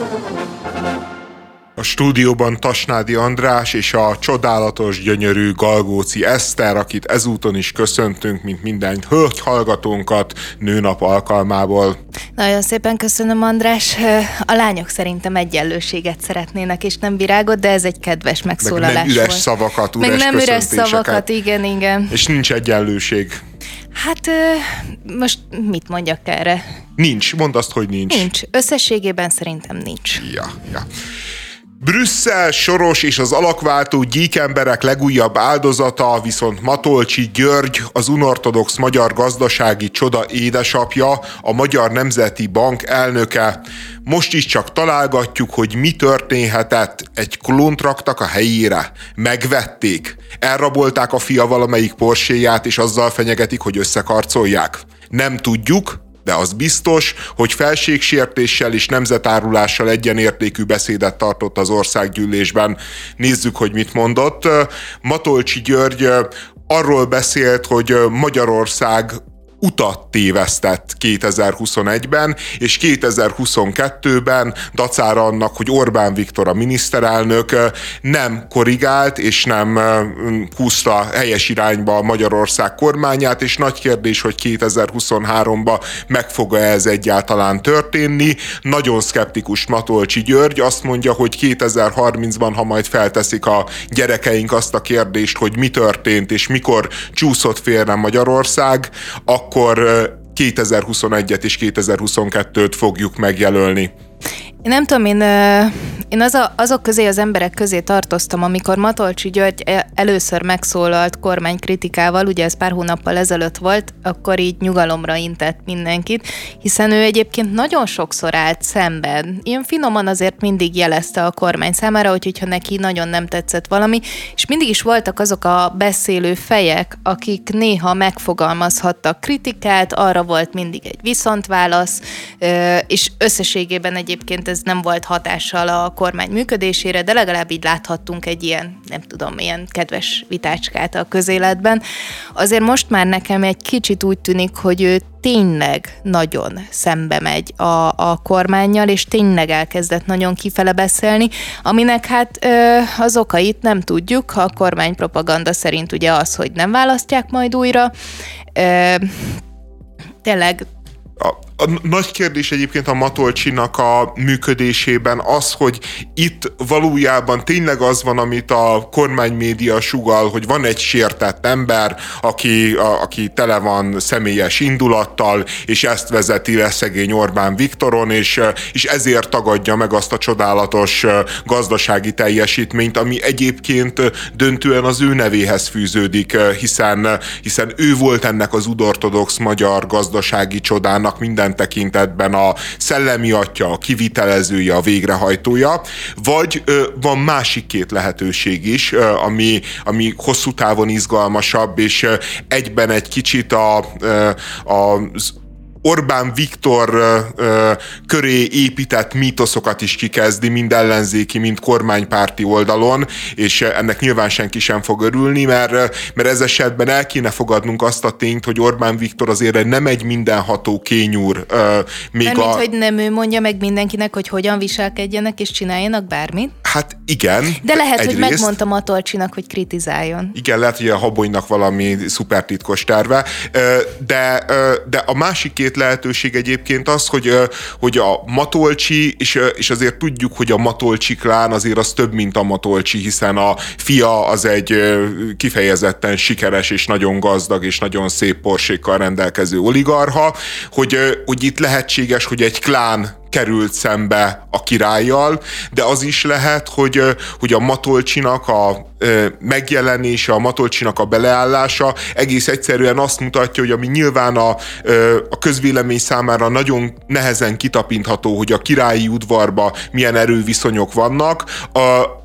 A stúdióban Tasnádi András és a csodálatos, gyönyörű Galgóci Eszter, akit ezúton is köszöntünk, mint minden hölgy hallgatónkat nőnap alkalmából. Nagyon szépen köszönöm, András. A lányok szerintem egyenlőséget szeretnének, és nem virágot, de ez egy kedves megszólalás volt. Meg nem üres szavakat, üres meg nem üres köszöntéseket. szavakat, igen. És nincs egyenlőség. Hát most mit mondjak erre? Nincs, mondd azt, hogy nincs. Nincs. Összességében szerintem nincs. Ja. Brüsszel, Soros és az alakváltó gyíkemberek legújabb áldozata viszont Matolcsy György, az unorthodox magyar gazdasági csoda édesapja, a Magyar Nemzeti Bank elnöke. Most is csak találgatjuk, hogy mi történhetett. Egy klónt raktak a helyére. Megvették. Elrabolták a fia valamelyik Porséját, és azzal fenyegetik, hogy összekarcolják. Nem tudjuk, de az biztos, hogy felségsértéssel és nemzetárulással egyenértékű beszédet tartott az országgyűlésben. Nézzük, hogy mit mondott. Matolcsy György arról beszélt, hogy Magyarország utat tévesztett 2021-ben, és 2022-ben dacára annak, hogy Orbán Viktor a miniszterelnök nem korrigált, és nem húzta helyes irányba Magyarország kormányát, és nagy kérdés, hogy 2023-ban meg fog-e ez egyáltalán történni. Nagyon szkeptikus Matolcsy György, azt mondja, hogy 2030-ban, ha majd felteszik a gyerekeink azt a kérdést, hogy mi történt, és mikor csúszott félre Magyarország, akkor 2021-et és 2022-t fogjuk megjelölni. Én nem tudom, én azok közé, az emberek közé tartoztam, amikor Matolcsy György először megszólalt kormánykritikával, ugye ez pár hónappal ezelőtt volt, akkor így nyugalomra intett mindenkit, hiszen ő egyébként nagyon sokszor állt szemben. Ilyen finoman azért mindig jelezte a kormány számára, hogyha neki nagyon nem tetszett valami, és mindig is voltak azok a beszélő fejek, akik néha megfogalmazhattak kritikát, arra volt mindig egy viszontválasz, és összességében egyébként ez nem volt hatással a kormány működésére, de legalább így láthattunk egy ilyen, nem tudom, ilyen kedves vitácskát a közéletben. Azért most már nekem egy kicsit úgy tűnik, hogy ő tényleg nagyon szembe megy a kormánnyal, és tényleg elkezdett nagyon kifele beszélni, aminek hát az okait nem tudjuk. A kormánypropaganda szerint ugye az, hogy nem választják majd újra. Tényleg A nagy kérdés egyébként a Matolcsynak a működésében az, hogy itt valójában tényleg az van, amit a kormánymédia sugall, hogy van egy sértett ember, aki tele van személyes indulattal, és ezt vezeti le szegény Orbán Viktoron, és ezért tagadja meg azt a csodálatos gazdasági teljesítményt, ami egyébként döntően az ő nevéhez fűződik, hiszen ő volt ennek az unorthodox magyar gazdasági csodának minden tekintetben a szellemi atya, a kivitelezője, a végrehajtója, vagy van másik két lehetőség is, ami hosszú távon izgalmasabb, és egyben egy kicsit az Orbán Viktor köré épített mítoszokat is kikezdi, mind ellenzéki, mind kormánypárti oldalon, és ennek nyilván senki sem fog örülni, mert ez esetben el kéne fogadnunk azt a tényt, hogy Orbán Viktor azért nem egy mindenható kényúr. Hogy nem ő mondja meg mindenkinek, hogy hogyan viselkedjenek és csináljanak bármit? Hát igen. De lehet, hogy megmondta Matolcsynak, hogy kritizáljon. Igen, lehet, hogy a Habonynak valami szupertitkos terve, de a másik két lehetőség egyébként az, hogy a Matolcsy, és azért tudjuk, hogy a Matolcsy klán azért az több, mint a Matolcsy, hiszen a fia az egy kifejezetten sikeres és nagyon gazdag és nagyon szép porsékkal rendelkező oligarcha, hogy itt lehetséges, hogy egy klán került szembe a királlyal, de az is lehet, hogy a Matolcsynak a megjelenése, a Matolcsynak a beleállása egész egyszerűen azt mutatja, hogy ami nyilván a közvélemény számára nagyon nehezen kitapintható, hogy a királyi udvarban milyen erőviszonyok vannak,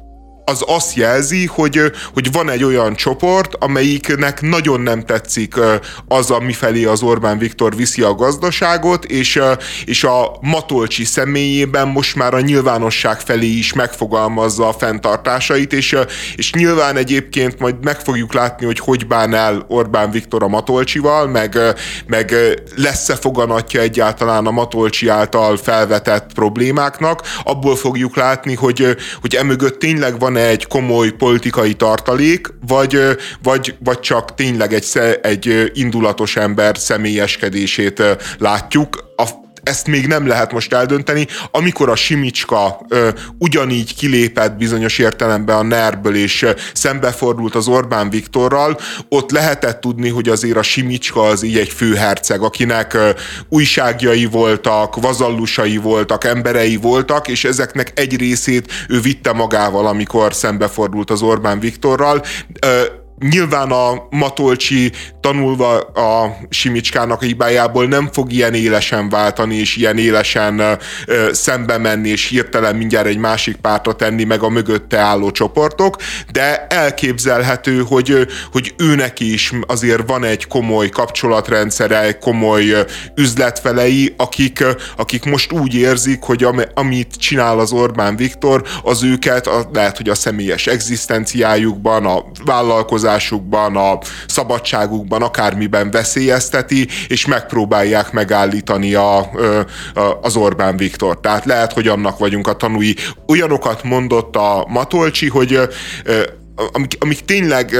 az azt jelzi, hogy van egy olyan csoport, amelyiknek nagyon nem tetszik az, amifelé az Orbán Viktor viszi a gazdaságot, és a Matolcsy személyében most már a nyilvánosság felé is megfogalmazza a fenntartásait, és nyilván egyébként majd meg fogjuk látni, hogy bán el Orbán Viktor a Matolcsival, meg lesz-e foganatja egyáltalán a Matolcsy által felvetett problémáknak. Abból fogjuk látni, hogy emögött tényleg van egy komoly politikai tartalék, vagy csak tényleg egy indulatos ember személyeskedését látjuk. Ezt még nem lehet most eldönteni. Amikor a Simicska ugyanígy kilépett bizonyos értelemben a NER-ből, és szembefordult az Orbán Viktorral, ott lehetett tudni, hogy azért a Simicska az így egy főherceg, akinek újságjai voltak, vazallusai voltak, emberei voltak, és ezeknek egy részét ő vitte magával, amikor szembefordult az Orbán Viktorral. Nyilván a Matolcsy tanulva a Simicskának a hibájából nem fog ilyen élesen váltani, és ilyen élesen szembe menni, és hirtelen mindjárt egy másik pártra tenni meg a mögötte álló csoportok, de elképzelhető, hogy őnek is azért van egy komoly kapcsolatrendszere, komoly üzletfelei, akik most úgy érzik, hogy amit csinál az Orbán Viktor, az őket lehet, hogy a személyes egzisztenciájukban, a vállalkozásukban, a szabadságukban, akármiben veszélyezteti, és megpróbálják megállítani az Orbán Viktor. Tehát lehet, hogy annak vagyunk a tanúi. Olyanokat mondott a Matolcsy, hogy amik tényleg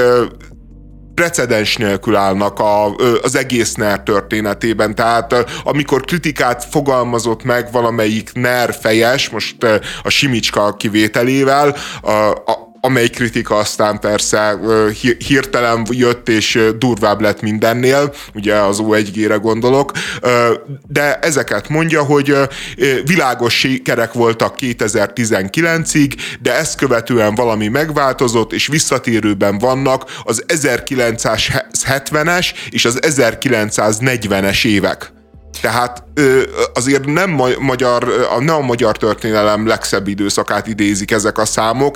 precedens nélkül állnak az egész NER történetében. Tehát amikor kritikát fogalmazott meg valamelyik NER fejes, most a Simicska kivételével, amely kritika aztán persze hirtelen jött, és durvább lett mindennél, ugye az O1G-re gondolok, de ezeket mondja, hogy világos sikerek voltak 2019-ig, de ezt követően valami megváltozott, és visszatérőben vannak az 1970-es és az 1940-es évek. Tehát azért nem a magyar történelem legszebb időszakát idézik ezek a számok,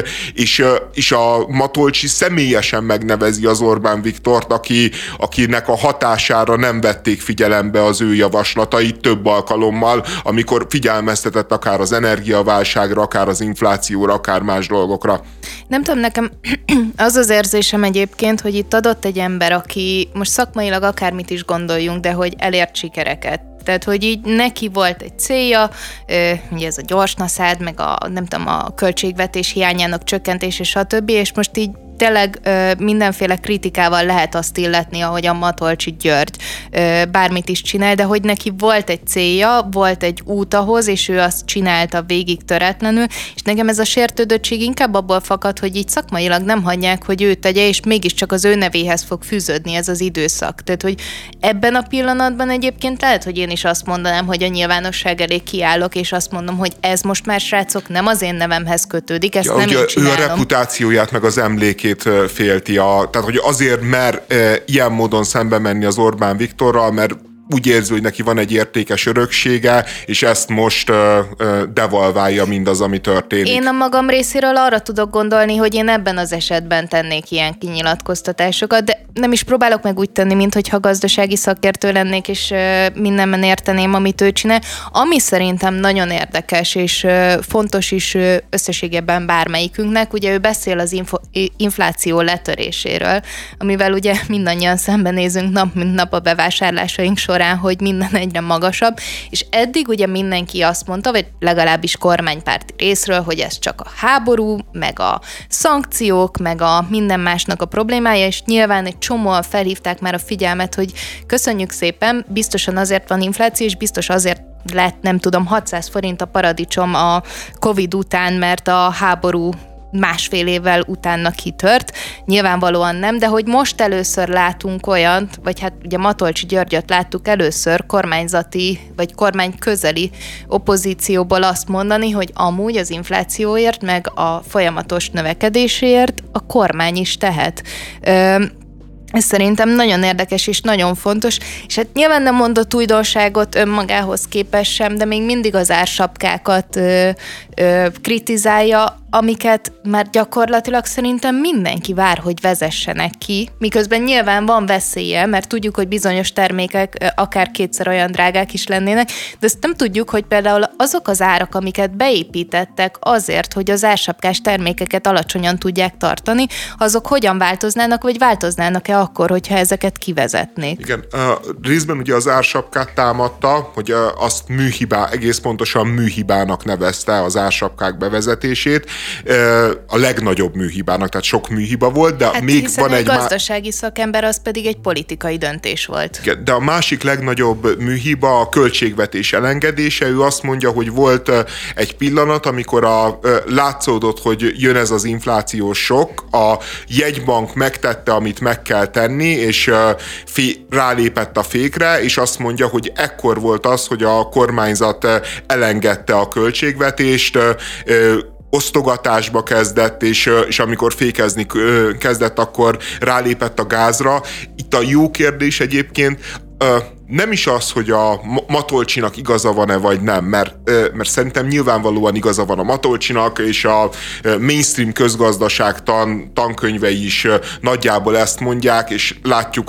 és a Matolcsy személyesen megnevezi az Orbán Viktort, akinek a hatására nem vették figyelembe az ő javaslatait több alkalommal, amikor figyelmeztetett akár az energiaválságra, akár az inflációra, akár más dolgokra. Nem tudom, nekem az az érzésem egyébként, hogy itt adott egy ember, aki most szakmailag akármit is gondoljunk, de hogy elért sikereket. Tehát, hogy így neki volt egy célja, ugye ez a gyorsnaszád, meg a költségvetés hiányának csökkentése, stb. És most így tényleg mindenféle kritikával lehet azt illetni, ahogy a Matolcsy György bármit is csinál, de hogy neki volt egy célja, volt egy út ahhoz, és ő azt csinálta végig töretlenül, és nekem ez a sértődöttség inkább abból fakad, hogy így szakmailag nem hagyják, hogy ő tegye, és mégiscsak az ő nevéhez fog fűződni ez az időszak. Tehát, hogy ebben a pillanatban egyébként lehet, hogy én is azt mondanám, hogy a nyilvánosság elé kiállok, és azt mondom, hogy ez most már, srácok, nem az én nevemhez kötődik, ezt nem én csinálom. Ő a reputációját, meg az emlékét félti. Tehát, hogy azért mer ilyen módon szembe menni az Orbán Viktorral, mert úgy érzi, hogy neki van egy értékes öröksége, és ezt most devalválja mindaz, ami történik. Én a magam részéről arra tudok gondolni, hogy én ebben az esetben tennék ilyen kinyilatkoztatásokat, de nem is próbálok meg úgy tenni, mintha gazdasági szakértő lennék, és mindenben érteném, amit ő csinál. Ami szerintem nagyon érdekes, és fontos is összességében bármelyikünknek, ugye ő beszél az infláció letöréséről, amivel ugye mindannyian szembenézünk nap mint nap a bevásárlásaink során, hogy minden egyre magasabb, és eddig ugye mindenki azt mondta, vagy legalábbis kormánypárti részről, hogy ez csak a háború, meg a szankciók, meg a minden másnak a problémája, és nyilván egy csomóan felhívták már a figyelmet, hogy köszönjük szépen, biztosan azért van infláció, és biztos azért lett, nem tudom, 600 forint a paradicsom a Covid után, mert a háború másfél évvel utána kitört. Nyilvánvalóan nem, de hogy most először látunk olyant, vagy hát ugye Matolcsy Györgyöt láttuk először kormányzati, vagy kormány közeli opozícióból azt mondani, hogy amúgy az inflációért, meg a folyamatos növekedésért a kormány is tehet. Ez szerintem nagyon érdekes és nagyon fontos, és hát nyilván nem mondott újdonságot önmagához képest sem, de még mindig az ársapkákat kritizálja, amiket már gyakorlatilag szerintem mindenki vár, hogy vezessenek ki, miközben nyilván van veszélye, mert tudjuk, hogy bizonyos termékek akár kétszer olyan drágák is lennének, de azt nem tudjuk, hogy például azok az árak, amiket beépítettek azért, hogy az ársapkás termékeket alacsonyan tudják tartani, azok hogyan változnának, vagy változnának-e akkor, hogyha ezeket kivezetnék? Igen, részben ugye az ársapkát támadta, hogy azt egész pontosan műhibának nevezte az ársapkák bevezetését, a legnagyobb műhibának, tehát sok műhiba volt, de még van egy gazdasági szakember, az pedig egy politikai döntés volt. Igen, de a másik legnagyobb műhiba a költségvetés elengedése. Ő azt mondja, hogy volt egy pillanat, amikor látszódott, hogy jön ez az inflációs sok, a jegybank megtette, amit meg kell tenni, és rálépett a fékre, és azt mondja, hogy ekkor volt az, hogy a kormányzat elengedte a költségvetést, osztogatásba kezdett, és amikor fékezni kezdett, akkor rálépett a gázra. Itt a jó kérdés egyébként nem is az, hogy a Matolcsinak igaza van-e vagy nem, mert szerintem nyilvánvalóan igaza van a Matolcsinak, és a mainstream közgazdaság tankönyvei is nagyjából ezt mondják, és látjuk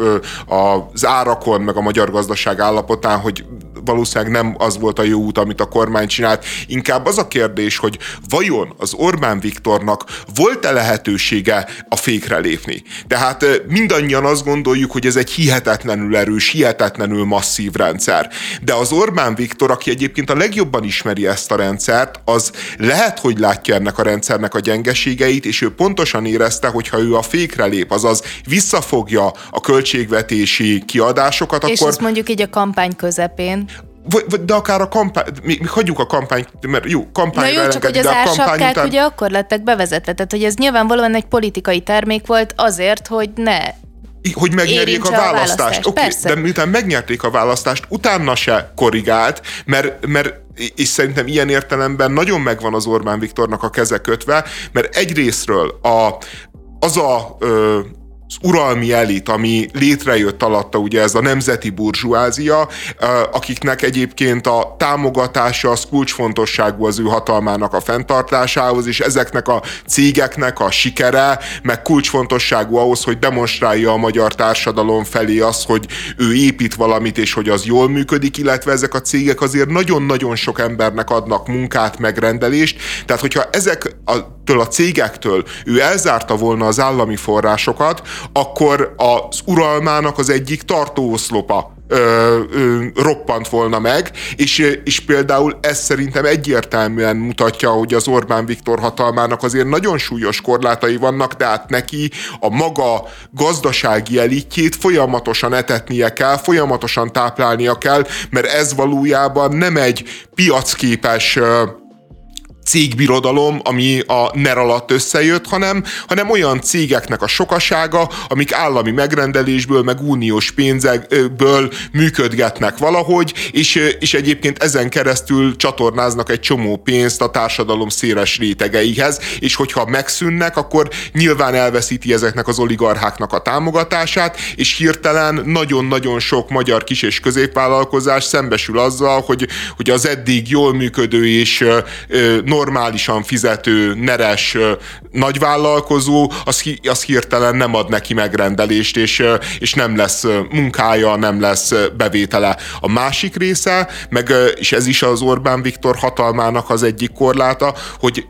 az árakon, meg a magyar gazdaság állapotán, hogy valószínűleg nem az volt a jó út, amit a kormány csinált. Inkább az a kérdés, hogy vajon az Orbán Viktornak volt-e lehetősége a fékre lépni? Tehát mindannyian azt gondoljuk, hogy ez egy hihetetlenül erős, hihetetlenül masszív rendszer. De az Orbán Viktor, aki egyébként a legjobban ismeri ezt a rendszert, az lehet, hogy látja ennek a rendszernek a gyengeségeit, és ő pontosan érezte, hogy ha ő a fékre lép, azaz visszafogja a költségvetési kiadásokat, és akkor... ezt mondjuk így a kampány közepén. De akár a kampány, még hagyjuk a kampányt, mert jó, kampányra elengedni. Csak hogy az ársapkák után... ugye akkor lettek bevezetve, tehát hogy ez nyilvánvalóan egy politikai termék volt azért, hogy ne hogy megnyerjék a választást. Oké, de miután megnyerték a választást, utána se korrigált, mert és szerintem ilyen értelemben nagyon megvan az Orbán Viktornak a keze kötve, mert egyrészről az uralmi elit, ami létrejött alatta, ugye ez a nemzeti burzsúázia, akiknek egyébként a támogatása az kulcsfontosságú az ő hatalmának a fenntartásához, és ezeknek a cégeknek a sikere, meg kulcsfontosságú ahhoz, hogy demonstrálja a magyar társadalom felé az, hogy ő épít valamit, és hogy az jól működik, illetve ezek a cégek azért nagyon-nagyon sok embernek adnak munkát, megrendelést, tehát hogyha ezektől a cégektől ő elzárta volna az állami forrásokat, akkor az uralmának az egyik tartóoszlopa roppant volna meg, és például ez szerintem egyértelműen mutatja, hogy az Orbán Viktor hatalmának azért nagyon súlyos korlátai vannak, tehát neki a maga gazdasági elitjét folyamatosan etetnie kell, folyamatosan táplálnia kell, mert ez valójában nem egy piacképes cégbirodalom, ami a NER alatt összejött, hanem olyan cégeknek a sokasága, amik állami megrendelésből, meg uniós pénzekből működgetnek valahogy, és egyébként ezen keresztül csatornáznak egy csomó pénzt a társadalom széles rétegeihez, és hogyha megszűnnek, akkor nyilván elveszíti ezeknek az oligarcháknak a támogatását, és hirtelen nagyon-nagyon sok magyar kis- és középvállalkozás szembesül azzal, hogy az eddig jól működő és normálisan fizető, neres nagyvállalkozó, az hirtelen nem ad neki megrendelést, és nem lesz munkája, nem lesz bevétele. A másik része, és ez is az Orbán Viktor hatalmának az egyik korláta, hogy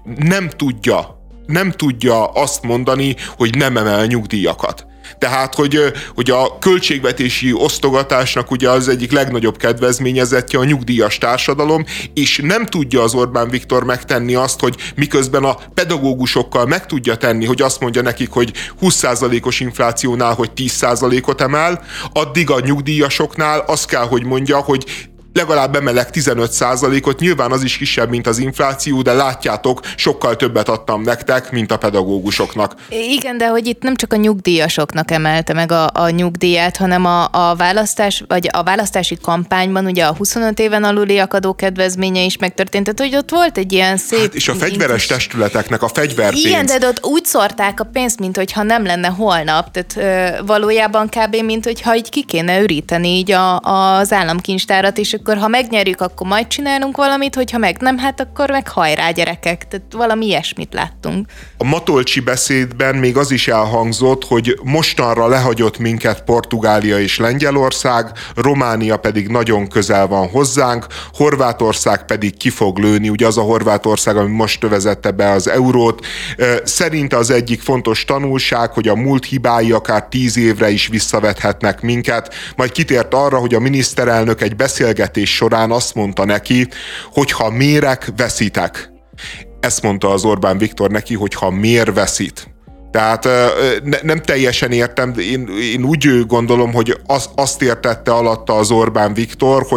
nem tudja azt mondani, hogy nem emel nyugdíjakat. Tehát, hogy a költségvetési osztogatásnak ugye az egyik legnagyobb kedvezményezettje a nyugdíjas társadalom, és nem tudja az Orbán Viktor megtenni azt, hogy miközben a pedagógusokkal meg tudja tenni, hogy azt mondja nekik, hogy 20%-os inflációnál, hogy 10%-ot emel, addig a nyugdíjasoknál azt kell, hogy mondja, hogy legalább emelek 15%-ot, nyilván az is kisebb, mint az infláció, de látjátok, sokkal többet adtam nektek, mint a pedagógusoknak. Igen, de hogy itt nem csak a nyugdíjasoknak emelte meg a nyugdíjat, hanem a választási kampányban ugye a 25 éven aluliak adókedvezménye is megtörtént, tehát hogy ott volt egy ilyen szép... és a fegyveres testületeknek a fegyverpénz. Igen, de ott úgy szórták a pénzt, mint hogyha nem lenne holnap, tehát valójában kb. Mint hogyha így ki kéne üríteni így az államkincstárat, és akkor ha megnyerjük, akkor majd csinálunk valamit, hogyha meg nem, hát akkor meg hajrá gyerekek. Tehát valami ilyesmit láttunk. A Matolcsi beszédben még az is elhangzott, hogy mostanra lehagyott minket Portugália és Lengyelország, Románia pedig nagyon közel van hozzánk, Horvátország pedig ki fog lőni, ugye az a Horvátország, ami most vezette be az eurót. Szerinte az egyik fontos tanulság, hogy a múlt hibái akár 10 évre is visszavethetnek minket, majd kitért arra, hogy a miniszterelnök egy beszélgetés során azt mondta neki, hogy ha mérek, veszítek. Ezt mondta az Orbán Viktor neki, hogy ha mér, veszít. Tehát nem teljesen értem, de én úgy gondolom, hogy azt értette alatta az Orbán Viktor,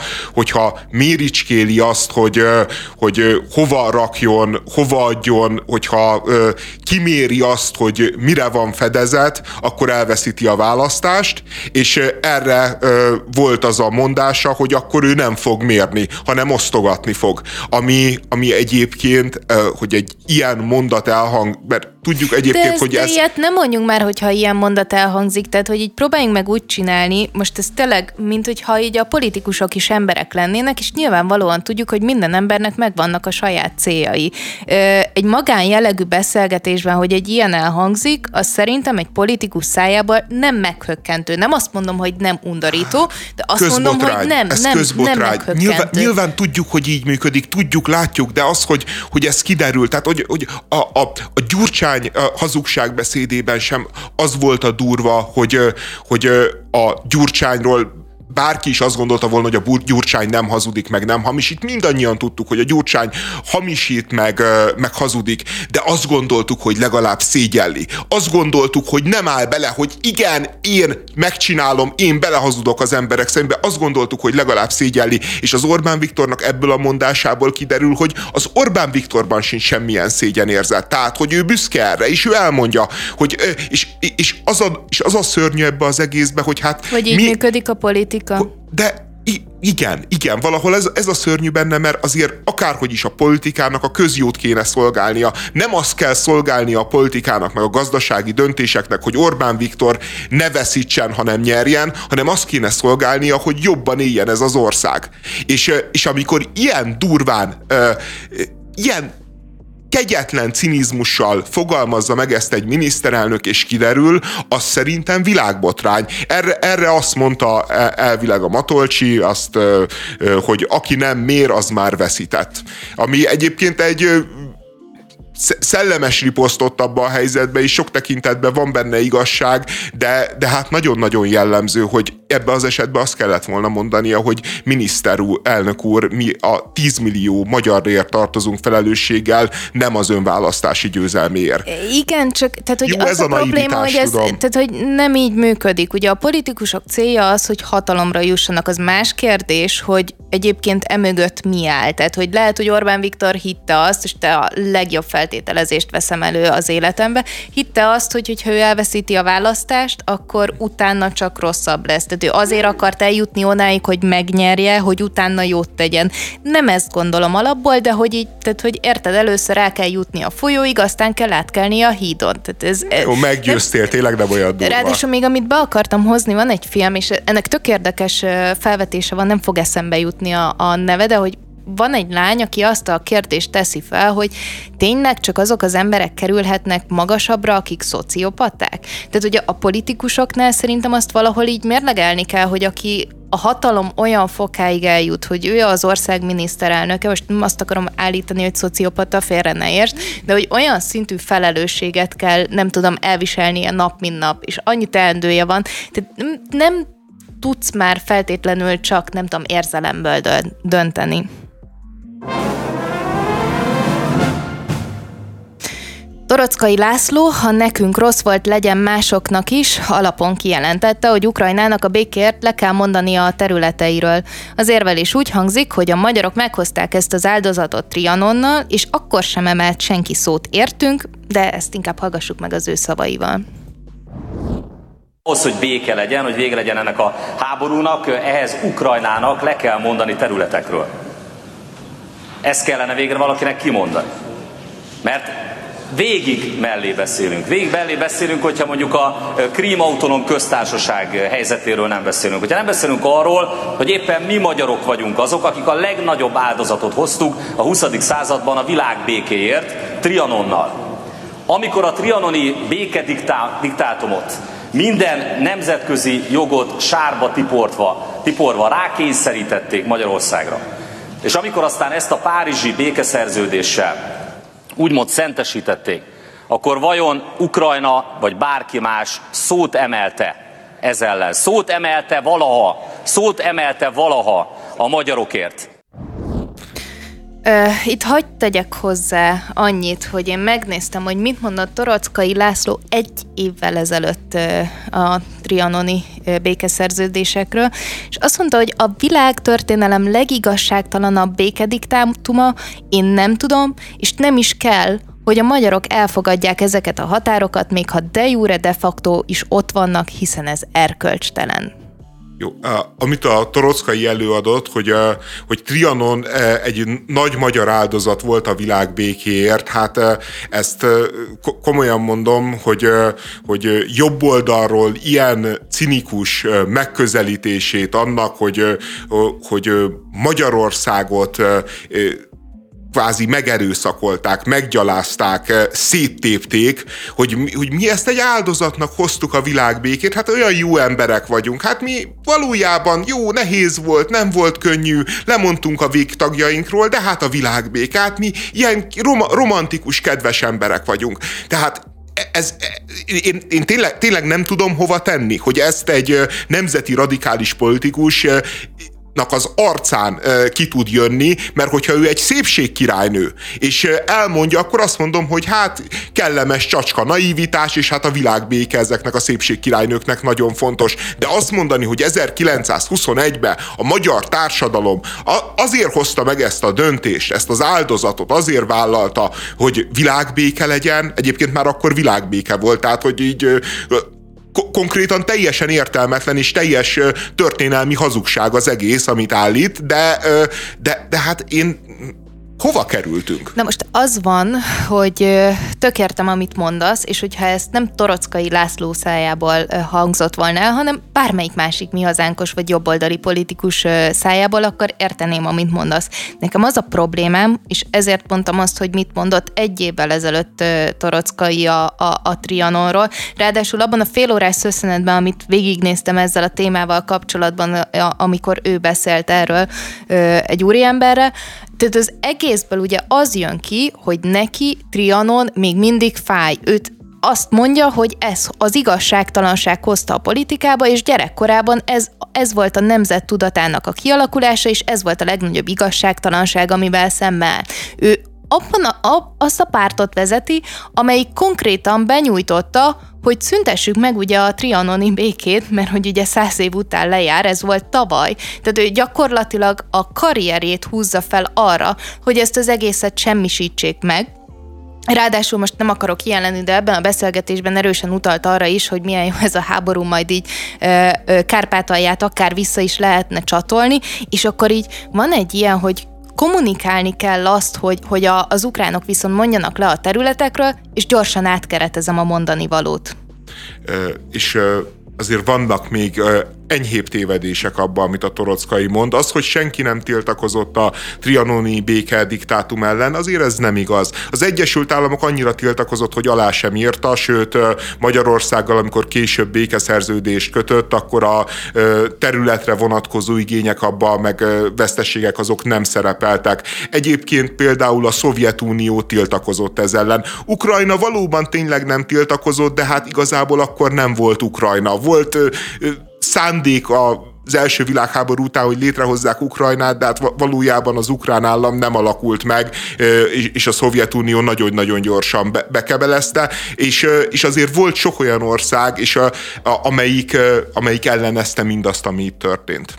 hogyha méricskéli azt, hogy hova rakjon, hova adjon, hogyha kiméri azt, hogy mire van fedezet, akkor elveszíti a választást, és erre volt az a mondása, hogy akkor ő nem fog mérni, hanem osztogatni fog. Ami egyébként, hogy egy ilyen mondat mert tudjuk egyébként, hogy ez... ilyet nem mondjunk már, hogyha ilyen mondat elhangzik, tehát hogy így próbáljunk meg úgy csinálni, most ez tényleg, mint hogyha így a politikusok is emberek lennének, és nyilvánvalóan tudjuk, hogy minden embernek megvannak a saját céljai. Egy magánjellegű beszélgetésben, hogy egy ilyen elhangzik, az szerintem egy politikus szájából nem meghökkentő. Nem azt mondom, hogy nem undorító, de azt mondom, hogy nem meghökkentő. Nyilván tudjuk, hogy így működik, tudjuk, látjuk, de az, hogy ez kiderül, tehát hogy a Gyurcsány hazugságbeszédében sem az volt a durva, hogy a Gyurcsányról bárki is azt gondolta volna, hogy a Gyurcsány nem hazudik, meg nem hamisít. Mindannyian tudtuk, hogy a Gyurcsány hamisít, meg hazudik, de azt gondoltuk, hogy legalább szégyelli. Azt gondoltuk, hogy nem áll bele, hogy igen, én megcsinálom, én belehazudok az emberek szembe. Azt gondoltuk, hogy legalább szégyelli, és az Orbán Viktornak ebből a mondásából kiderül, hogy az Orbán Viktorban sincs semmilyen szégyenérzet. Tehát, hogy ő büszke erre, és ő elmondja, hogy és az a szörnyű ebbe az egészbe, hogy hát... Hogy így működik a politika. De igen, valahol ez a szörnyű benne, mert azért akárhogy is a politikának a közjót kéne szolgálnia. Nem azt kell szolgálnia a politikának, meg a gazdasági döntéseknek, hogy Orbán Viktor ne veszítsen, hanem nyerjen, hanem azt kéne szolgálnia, hogy jobban éljen ez az ország. És amikor ilyen durván, ilyen kegyetlen cinizmussal fogalmazza meg ezt egy miniszterelnök, és kiderül, az szerintem világbotrány. Erre azt mondta elvileg a Matolcsi, hogy aki nem mér, az már veszített. Ami egyébként egy szellemes riposztott abban a helyzetben, és sok tekintetben van benne igazság, de hát nagyon-nagyon jellemző, hogy ebben az esetben azt kellett volna mondania, hogy elnök úr, mi a 10 millió magyarért tartozunk felelősséggel, nem az önválasztási győzelméért. Igen, csak tehát, hogy jó, az ez a probléma, hogy tehát, hogy nem így működik. Ugye a politikusok célja az, hogy hatalomra jussanak. Az más kérdés, hogy egyébként emögött mi áll. Tehát, hogy lehet, hogy Orbán Viktor hitte azt, és te a legjobb feltételezést veszem elő az életembe, hitte azt, hogy ha ő elveszíti a választást, akkor utána csak rosszabb lesz. Tehát ő azért akart eljutni onáig, hogy megnyerje, hogy utána jót tegyen. Nem ezt gondolom alapból, de hogy így, tehát, hogy érted, először el kell jutni a folyóig, aztán kell átkelni a hídon. Tehát jó, meggyőztél, tényleg nem olyan durva. Ráadásul még amit be akartam hozni, van egy film, és ennek tök érdekes felvetése van, nem fog eszembe jutni a neve, de hogy van egy lány, aki azt a kérdést teszi fel, hogy tényleg csak azok az emberek kerülhetnek magasabbra, akik szociopaták? Tehát ugye a politikusoknál szerintem azt valahol így mérlegelni kell, hogy aki a hatalom olyan fokáig eljut, hogy ő az ország miniszterelnöke, most nem azt akarom állítani, hogy szociopata, félre ne értsd, de hogy olyan szintű felelősséget kell, nem tudom, elviselnie nap, mint nap, és annyi teendője van, tehát nem tudsz már feltétlenül csak, nem tudom, érzelemből dönteni. Toroczkai László, ha nekünk rossz volt, legyen másoknak is, alapon kijelentette, hogy Ukrajnának a békért le kell mondania a területeiről. Az érvelés úgy hangzik, hogy a magyarok meghozták ezt az áldozatot Trianonnal, és akkor sem emelt senki szót értünk, de ezt inkább hallgassuk meg az ő szavaival. Ahhoz, hogy béke legyen, hogy vége legyen ennek a háborúnak, ehhez Ukrajnának le kell mondani területekről. Ezt kellene végre valakinek kimondani. Mert végig mellé beszélünk. Végig mellé beszélünk, hogyha mondjuk a Krím autonóm köztársaság helyzetéről nem beszélünk. Hogyha nem beszélünk arról, hogy éppen mi magyarok vagyunk azok, akik a legnagyobb áldozatot hoztuk a 20. században a világ békéért, Trianonnal. Amikor a trianoni békediktátumot, minden nemzetközi jogot sárba tiporva rákényszerítették Magyarországra, és amikor aztán ezt a párizsi békeszerződéssel úgymond szentesítették, akkor vajon Ukrajna vagy bárki más szót emelte ez ellen? Szót emelte valaha a magyarokért? Itt hagyd tegyek hozzá annyit, hogy én megnéztem, hogy mit mondott Toroczkai László 1 évvel ezelőtt a trianoni békeszerződésekről, és azt mondta, hogy a világtörténelem legigazságtalanabb békediktátuma, én nem tudom, és nem is kell, hogy a magyarok elfogadják ezeket a határokat, még ha de jure de facto is ott vannak, hiszen ez erkölcstelen. Jó, amit a Toroczkai előadott, hogy Trianon egy nagy magyar áldozat volt a világ békéért, hát ezt komolyan mondom, hogy jobb oldalról ilyen cinikus megközelítését annak, hogy Magyarországot kvázi megerőszakolták, meggyalázták, széttépték, hogy mi ezt egy áldozatnak hoztuk a világbékét, hát olyan jó emberek vagyunk, hát mi valójában jó, nehéz volt, nem volt könnyű, lemondtunk a végtagjainkról, de hát a világbékát mi ilyen romantikus, kedves emberek vagyunk. Tehát én tényleg nem tudom hova tenni, hogy ezt egy nemzeti radikális politikus az arcán ki tud jönni, mert hogyha ő egy szépségkirálynő, és elmondja, akkor azt mondom, hogy hát kellemes csacska naivitás, és hát a világbéke ezeknek a szépségkirálynőknek nagyon fontos. De azt mondani, hogy 1921-ben a magyar társadalom azért hozta meg ezt a döntést, ezt az áldozatot, azért vállalta, hogy világbéke legyen, egyébként már akkor világbéke volt, tehát hogy így konkrétan teljesen értelmetlen és teljes történelmi hazugság az egész, amit állít, de hát hova kerültünk? Na most az van, hogy tök értem, amit mondasz, és hogyha ezt nem Toroczkai László szájából hangzott volna el, hanem bármelyik másik mi hazánkos vagy jobboldali politikus szájából, akkor érteném, amit mondasz. Nekem az a problémám, és ezért mondtam azt, hogy mit mondott 1 évvel ezelőtt Toroczkai a Trianonról. Ráadásul abban a félórás szösszenetben, amit végignéztem ezzel a témával kapcsolatban, amikor ő beszélt erről egy úriemberre, tehát az egészből ugye az jön ki, hogy neki Trianon még mindig fáj. Őt azt mondja, hogy ez az igazságtalanság hozta a politikába, és gyerekkorában ez volt a nemzet tudatának a kialakulása, és ez volt a legnagyobb igazságtalanság, amivel szemben ő azt a pártot vezeti, amelyik konkrétan benyújtotta, hogy szüntessük meg ugye a trianoni békét, mert hogy ugye 100 év után lejár, ez volt tavaly. Tehát ő gyakorlatilag a karrierjét húzza fel arra, hogy ezt az egészet semmisítsék meg. Ráadásul most nem akarok ilyen lenni, de ebben a beszélgetésben erősen utalt arra is, hogy milyen jó ez a háború, majd így Kárpátalját akár vissza is lehetne csatolni, és akkor így van egy ilyen, hogy kommunikálni kell azt, hogy az ukránok viszont mondjanak le a területekről, és gyorsan átkeretezem a mondani valót. És azért vannak még enyhébb tévedések abban, amit a Toroczkai mond. Az, hogy senki nem tiltakozott a trianoni békediktátum ellen, azért ez nem igaz. Az Egyesült Államok annyira tiltakozott, hogy alá sem írta, sőt Magyarországgal, amikor később békeszerződést kötött, akkor a területre vonatkozó igények abban, meg veszteségek azok nem szerepeltek. Egyébként például a Szovjetunió tiltakozott ez ellen. Ukrajna valóban tényleg nem tiltakozott, de hát igazából akkor nem volt Ukrajna. Volt szándék az első világháború után, hogy létrehozzák Ukrajnát, de hát valójában az ukrán állam nem alakult meg, és a Szovjetunió nagyon-nagyon gyorsan bekebelezte, és azért volt sok olyan ország, és amelyik ellenezte mindazt, ami itt történt.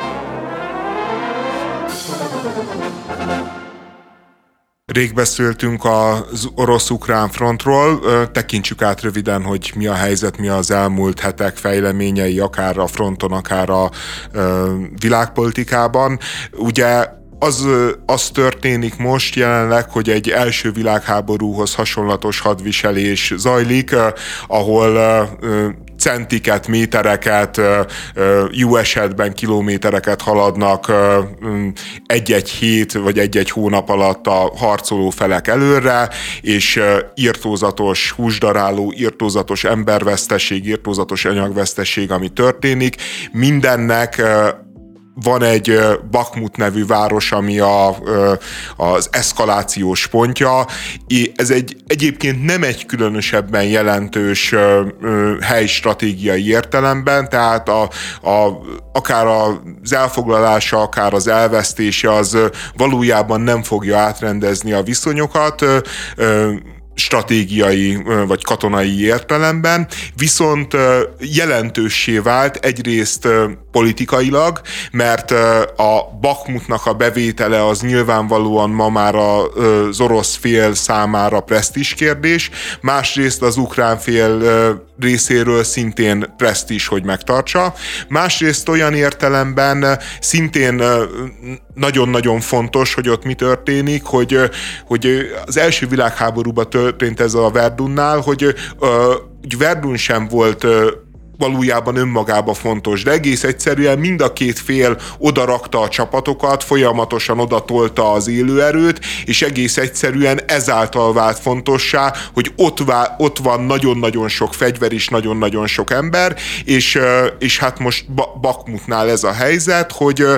Rég beszéltünk az orosz-ukrán frontról, tekintsük át röviden, hogy mi a helyzet, mi az elmúlt hetek fejleményei, akár a fronton, akár a világpolitikában. Ugye az történik most jelenleg, hogy egy első világháborúhoz hasonlatos hadviselés zajlik, ahol centiket, métereket, jó esetben kilométereket haladnak egy-egy hét vagy egy-egy hónap alatt a harcoló felek előre, és irtózatos húsdaráló, irtózatos emberveszteség, irtózatos anyagveszteség, ami történik. Mindennek van egy Bakhmut nevű város, ami az eszkalációs pontja. Ez egyébként nem egy különösebben jelentős hely stratégiai értelemben, tehát akár az elfoglalása, akár az elvesztése az valójában nem fogja átrendezni a viszonyokat, stratégiai vagy katonai értelemben, viszont jelentőssé vált egyrészt politikailag, mert a Bakhmutnak a bevétele az nyilvánvalóan ma már az orosz fél számára presztízs kérdés, másrészt az ukrán fél részéről szintén presztízs, hogy megtartsa. Másrészt olyan értelemben szintén nagyon-nagyon fontos, hogy ott mi történik, hogy az első világháborúban történt ez a Verdunnál, hogy Verdun sem volt valójában önmagában fontos, de egész egyszerűen mind a két fél odarakta a csapatokat, folyamatosan odatolta az élőerőt, és egész egyszerűen ezáltal vált fontossá, hogy ott van nagyon-nagyon sok fegyver és nagyon-nagyon sok ember, és hát most Bakhmutnál ez a helyzet,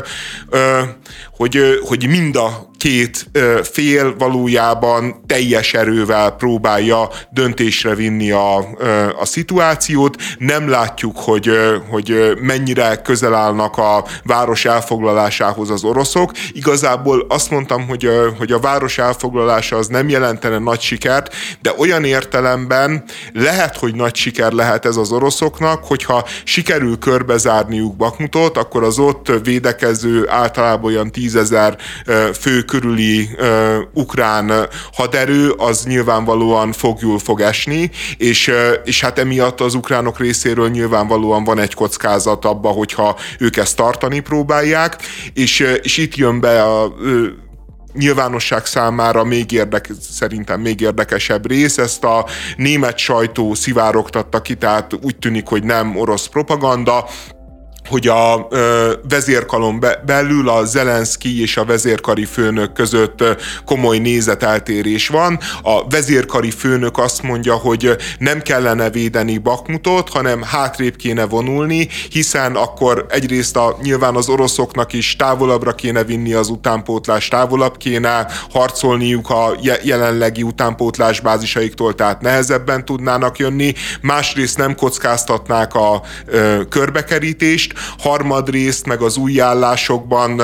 hogy mind a két fél valójában teljes erővel próbálja döntésre vinni a szituációt. Nem látjuk, hogy mennyire közel állnak a város elfoglalásához az oroszok. Igazából azt mondtam, hogy a város elfoglalása az nem jelentene nagy sikert, de olyan értelemben lehet, hogy nagy siker lehet ez az oroszoknak, hogyha sikerül körbezárniuk Bakhmutot, akkor az ott védekező általában olyan 10 000 fő körüli ukrán haderő az nyilvánvalóan fogjul fog esni, és hát emiatt az ukránok részéről nyilvánvalóan van egy kockázat abba, hogyha ők ezt tartani próbálják, és itt jön be a nyilvánosság számára szerintem még érdekesebb rész, ezt a német sajtó szivárogtatta ki, tehát úgy tűnik, hogy nem orosz propaganda, hogy a vezérkaron belül a Zelenszkij és a vezérkari főnök között komoly nézeteltérés van. A vezérkari főnök azt mondja, hogy nem kellene védeni Bakhmutot, hanem hátrébb kéne vonulni, hiszen akkor egyrészt nyilván az oroszoknak is távolabbra kéne vinni az utánpótlást, távolabb kéne harcolniuk a jelenlegi utánpótlás bázisaiktól, tehát nehezebben tudnának jönni, másrészt nem kockáztatnák a körbekerítést, harmadrészt meg az új állásokban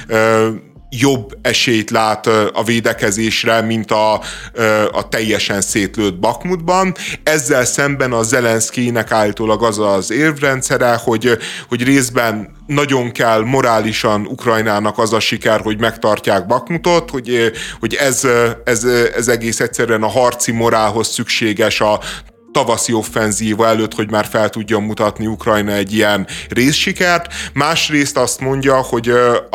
jobb esélyt lát a védekezésre, mint a teljesen szétlőtt Bakhmutban. Ezzel szemben a Zelenszkijnek állítólag az az érvrendszere, hogy részben nagyon kell morálisan Ukrajnának az a siker, hogy megtartják Bakhmutot, hogy ez egész egyszerűen a harci morálhoz szükséges a tavaszi offenzíva előtt, hogy már fel tudjon mutatni Ukrajna egy ilyen részsikert. Másrészt azt mondja, hogy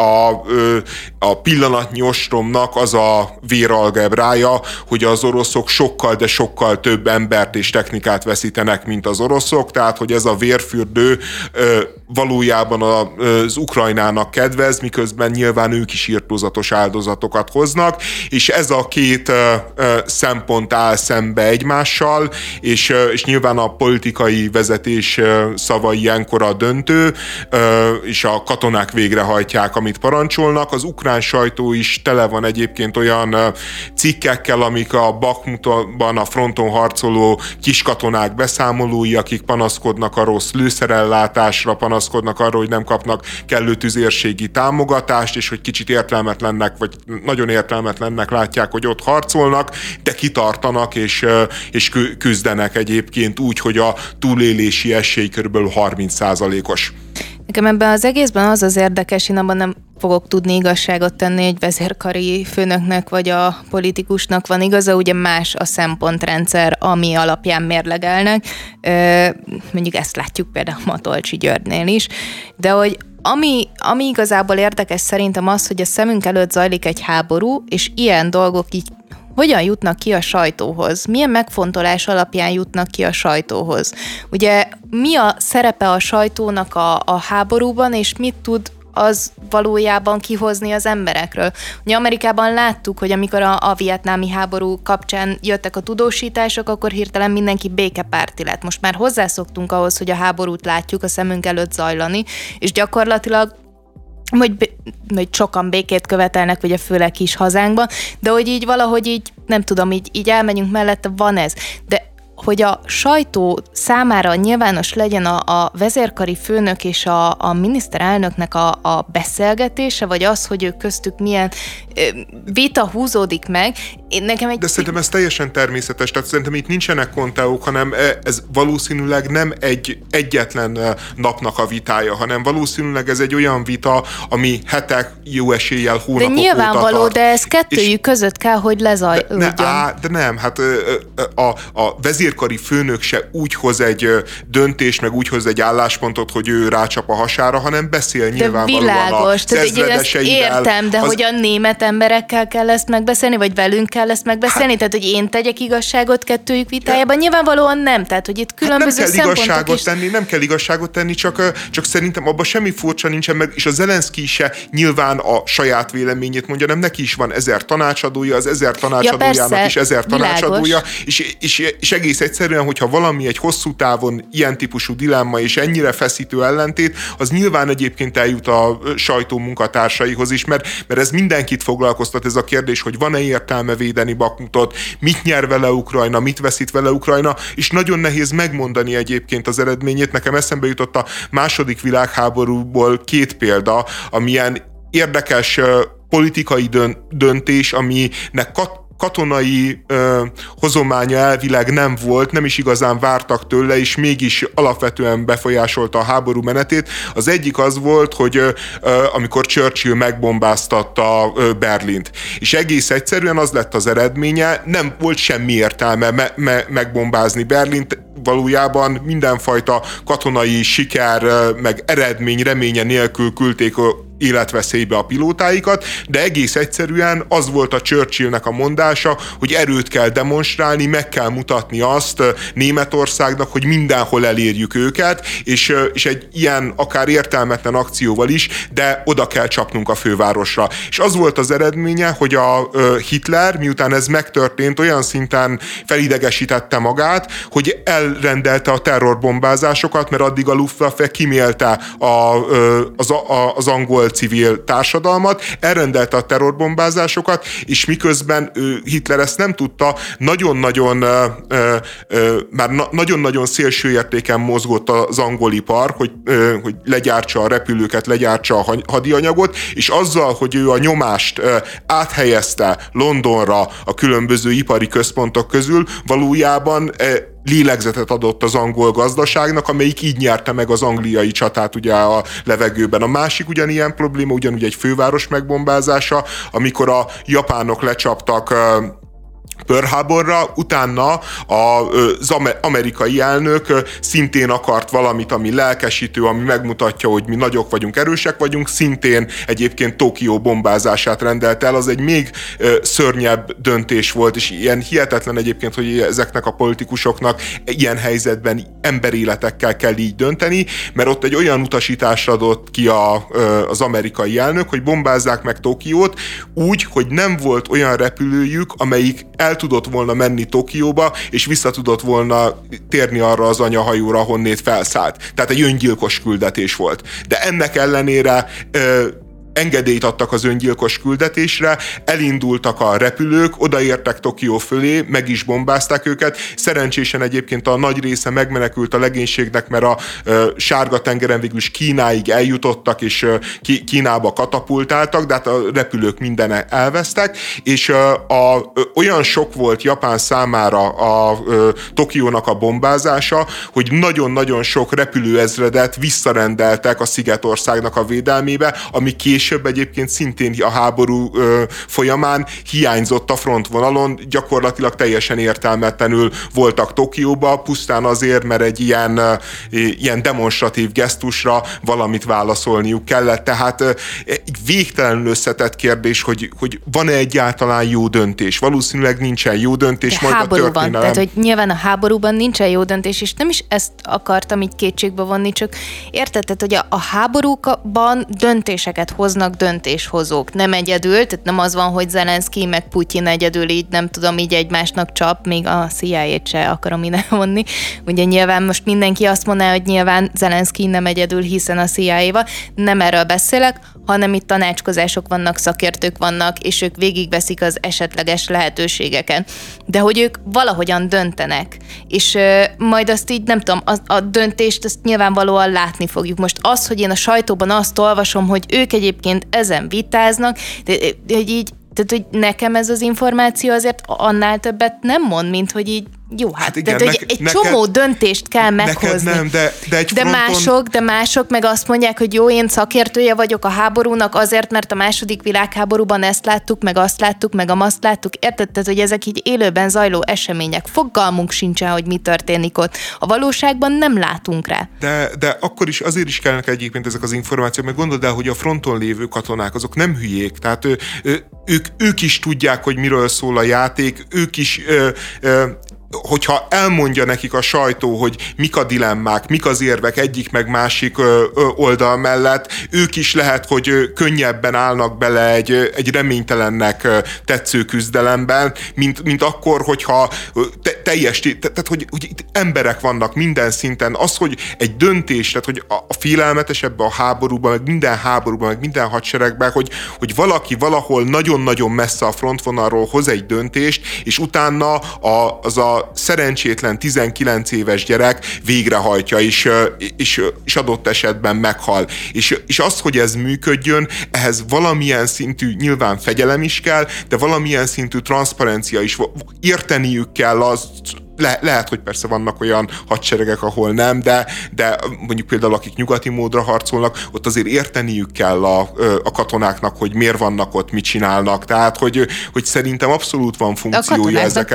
a pillanatnyi ostromnak az a véralgebrája, hogy az oroszok sokkal, de sokkal több embert és technikát veszítenek, mint az oroszok, tehát hogy ez a vérfürdő valójában az Ukrajnának kedvez, miközben nyilván ők is irtózatos áldozatokat hoznak, és ez a két szempont áll szembe egymással, és nyilván a politikai vezetés szava ilyenkor a döntő, és a katonák végrehajtják, amit parancsolnak. Az ukrán sajtó is tele van egyébként olyan cikkekkel, amik a Bakhmutban a fronton harcoló kiskatonák beszámolói, akik panaszkodnak a rossz lőszerellátásra, panaszkodnak arra, hogy nem kapnak kellő tüzérségi támogatást, és hogy kicsit értelmetlennek, vagy nagyon értelmetlennek látják, hogy ott harcolnak, de kitartanak, és küzdenek egyébként úgy, hogy a túlélési esély kb. 30%-os. Nekem ebben az egészben az az érdekes, én abban nem fogok tudni igazságot tenni, egy vezérkari főnöknek vagy a politikusnak van igaza, ugye más a szempontrendszer, ami alapján mérlegelnek. Mondjuk ezt látjuk például Matolcsy Györgynél is, de hogy Ami igazából érdekes szerintem az, hogy a szemünk előtt zajlik egy háború, és ilyen dolgok így hogyan jutnak ki a sajtóhoz? Milyen megfontolás alapján jutnak ki a sajtóhoz? Ugye mi a szerepe a sajtónak a háborúban, és mit tud az valójában kihozni az emberekről? Ugye Amerikában láttuk, hogy amikor a vietnámi háború kapcsán jöttek a tudósítások, akkor hirtelen mindenki békepárti lett. Most már hozzászoktunk ahhoz, hogy a háborút látjuk a szemünk előtt zajlani, és gyakorlatilag hogy sokan békét követelnek, ugye főleg kis hazánkban, de hogy így valahogy így, nem tudom, így elmegyünk mellette, van ez. De hogy a sajtó számára nyilvános legyen a vezérkari főnök és a miniszterelnöknek a beszélgetése, vagy az, hogy ők köztük milyen vita húzódik meg. De szerintem ez teljesen természetes, tehát szerintem itt nincsenek konteók, hanem ez valószínűleg nem egyetlen napnak a vitája, hanem valószínűleg ez egy olyan vita, ami hetek, jó eséllyel, hónapok óta tart. De nyilvánvaló, de ez kettőjük között kell, hogy lezajlódjon. De nem, hát a vezérkari főnök se úgy hoz egy döntést, meg úgy hoz egy álláspontot, hogy ő rácsap a hasára, hanem beszél nyilvánvalóan világos, a ezredeseivel. Értem, de hogy a német emberekkel kell ezt megbeszélni, vagy velünk kell ezt megbeszélni, tehát hogy én tegyek igazságot kettőjük vitájában, nyilvánvalóan nem, tehát hogy itt különböző szempontok is... Nem kell igazságot tenni, csak szerintem abban semmi furcsa nincsen, meg, és a Zelenszkij se nyilván a saját véleményét mondja, nem neki is van 1000 tanácsadója, az 1000 tanácsadójának is 1000 tanácsadója, és egész egyszerűen, hogyha valami egy hosszú távon ilyen típusú dilemma és ennyire feszítő ellentét, az nyilván egyébként eljut a sajtó munkatársaihoz is, mert ez mindenkit foglalkoztat ez a kérdés, hogy van-e értelme védeni Bakmutot, mit nyer vele Ukrajna, mit veszít vele Ukrajna, és nagyon nehéz megmondani egyébként az eredményét. Nekem eszembe jutott a második világháborúból 2 példa, amilyen érdekes politikai döntés, aminek katonai hozománya elvileg nem volt, nem is igazán vártak tőle, és mégis alapvetően befolyásolta a háború menetét. Az egyik az volt, hogy amikor Churchill megbombáztatta Berlint. És egész egyszerűen az lett az eredménye, nem volt semmi értelme megbombázni Berlint, valójában mindenfajta katonai siker, meg eredmény reménye nélkül küldték életveszélybe a pilótáikat, de egész egyszerűen az volt a Churchillnek a mondása, hogy erőt kell demonstrálni, meg kell mutatni azt Németországnak, hogy mindenhol elérjük őket, és egy ilyen akár értelmetlen akcióval is, de oda kell csapnunk a fővárosra. És az volt az eredménye, hogy a Hitler, miután ez megtörtént, olyan szinten felidegesítette magát, hogy elrendelte a terrorbombázásokat, mert addig a Luftwaffe kimélte az angol civil társadalmat, elrendelte a terrorbombázásokat, és miközben Hitler ezt nem tudta, nagyon-nagyon szélső értéken mozgott az angol ipar, hogy legyártsa a repülőket, legyártsa a hadianyagot, és azzal, hogy ő a nyomást áthelyezte Londonra a különböző ipari központok közül, valójában lélegzetet adott az angol gazdaságnak, amelyik így nyerte meg az angliai csatát ugye a levegőben. A másik ugyanilyen probléma, ugyanúgy egy főváros megbombázása, amikor a japánok lecsaptak Pearl Harborra, utána az amerikai elnök szintén akart valamit, ami lelkesítő, ami megmutatja, hogy mi nagyok vagyunk, erősek vagyunk, szintén egyébként Tokió bombázását rendelte el, az egy még szörnyebb döntés volt, és ilyen hihetetlen egyébként, hogy ezeknek a politikusoknak ilyen helyzetben emberéletekkel kell így dönteni, mert ott egy olyan utasítást adott ki az amerikai elnök, hogy bombázzák meg Tokiót úgy, hogy nem volt olyan repülőjük, amelyik el tudott volna menni Tokióba, és vissza tudott volna térni arra az anyahajóra, honnét felszállt. Tehát egy öngyilkos küldetés volt. De ennek ellenére engedélyt adtak az öngyilkos küldetésre, elindultak a repülők, odaértek Tokió fölé, meg is bombázták őket. Szerencsésen egyébként a nagy része megmenekült a legénységnek, mert a Sárga-tengeren végül is Kínáig eljutottak, és Kínába katapultáltak, de hát a repülők minden elvesztek, és olyan sok volt Japán számára a Tokiónak a bombázása, hogy nagyon-nagyon sok repülőezredet visszarendeltek a Szigetországnak a védelmébe, ami később később egyébként szintén a háború folyamán hiányzott a frontvonalon, gyakorlatilag teljesen értelmetlenül voltak Tokióba, pusztán azért, mert egy ilyen demonstratív gesztusra valamit válaszolniuk kellett. Tehát egy végtelenül összetett kérdés, hogy van-e egyáltalán jó döntés. Valószínűleg nincsen jó döntés, de majd háborúban, a történelem... tehát, hogy nyilván a háborúban nincsen jó döntés, és nem is ezt akartam így kétségbe vonni, csak érted, tehát, hogy a háborúkban döntéseket hoznak döntéshozók. Nem egyedül, tehát nem az van, hogy Zelenszky meg Putyin egyedül így, nem tudom, így egymásnak csap, még a CIA-t se akarom ide vonni. Ugye nyilván most mindenki azt mondaná, hogy nyilván Zelenszky nem egyedül, hiszen a CIA-val. Nem erről beszélek, hanem itt tanácskozások vannak, szakértők vannak, és ők végigveszik az esetleges lehetőségeken. De hogy ők valahogyan döntenek, és majd azt így, nem tudom, a döntést azt nyilvánvalóan látni fogjuk. Most az, hogy én a sajtóban azt olvasom, hogy ők egyébként ezen vitáznak, hogy így, tehát, hogy nekem ez az információ azért annál többet nem mond, mint hogy így jó, hát igen, tehát, hogy egy csomó döntést kell meghozni. Neked nem, de egy fronton... de mások meg azt mondják, hogy jó, én szakértője vagyok a háborúnak azért, mert a második világháborúban ezt láttuk, meg azt láttuk, meg azt láttuk. Érted? Tehát, hogy ezek így élőben zajló események. Fogalmunk sincsen, hogy mi történik ott. A valóságban nem látunk rá. De akkor is azért is kellene egyébként ezek az információk, mert gondold el, hogy a fronton lévő katonák azok nem hülyék. Tehát ők is tudják, hogy miről szól a játék, ők is... hogyha elmondja nekik a sajtó, hogy mik a dilemmák, mik az érvek egyik meg másik oldal mellett, ők is lehet, hogy könnyebben állnak bele egy reménytelennek tetsző küzdelemben, mint akkor, hogyha tehát hogy itt emberek vannak minden szinten. Az, hogy egy döntés, tehát hogy a félelmetes ebben a háborúban, meg minden hadseregben, hogy valaki valahol nagyon-nagyon messze a frontvonalról hoz egy döntést, és utána az a szerencsétlen 19 éves gyerek végrehajtja, és adott esetben meghal. És az, hogy ez működjön, ehhez valamilyen szintű nyilván fegyelem is kell, de valamilyen szintű transzparencia is. Érteniük kell azt, lehet, hogy persze vannak olyan hadseregek, ahol nem, de mondjuk például akik nyugati módra harcolnak, ott azért érteniük kell a katonáknak, hogy miért vannak ott, mit csinálnak. Tehát, hogy szerintem abszolút van funkciója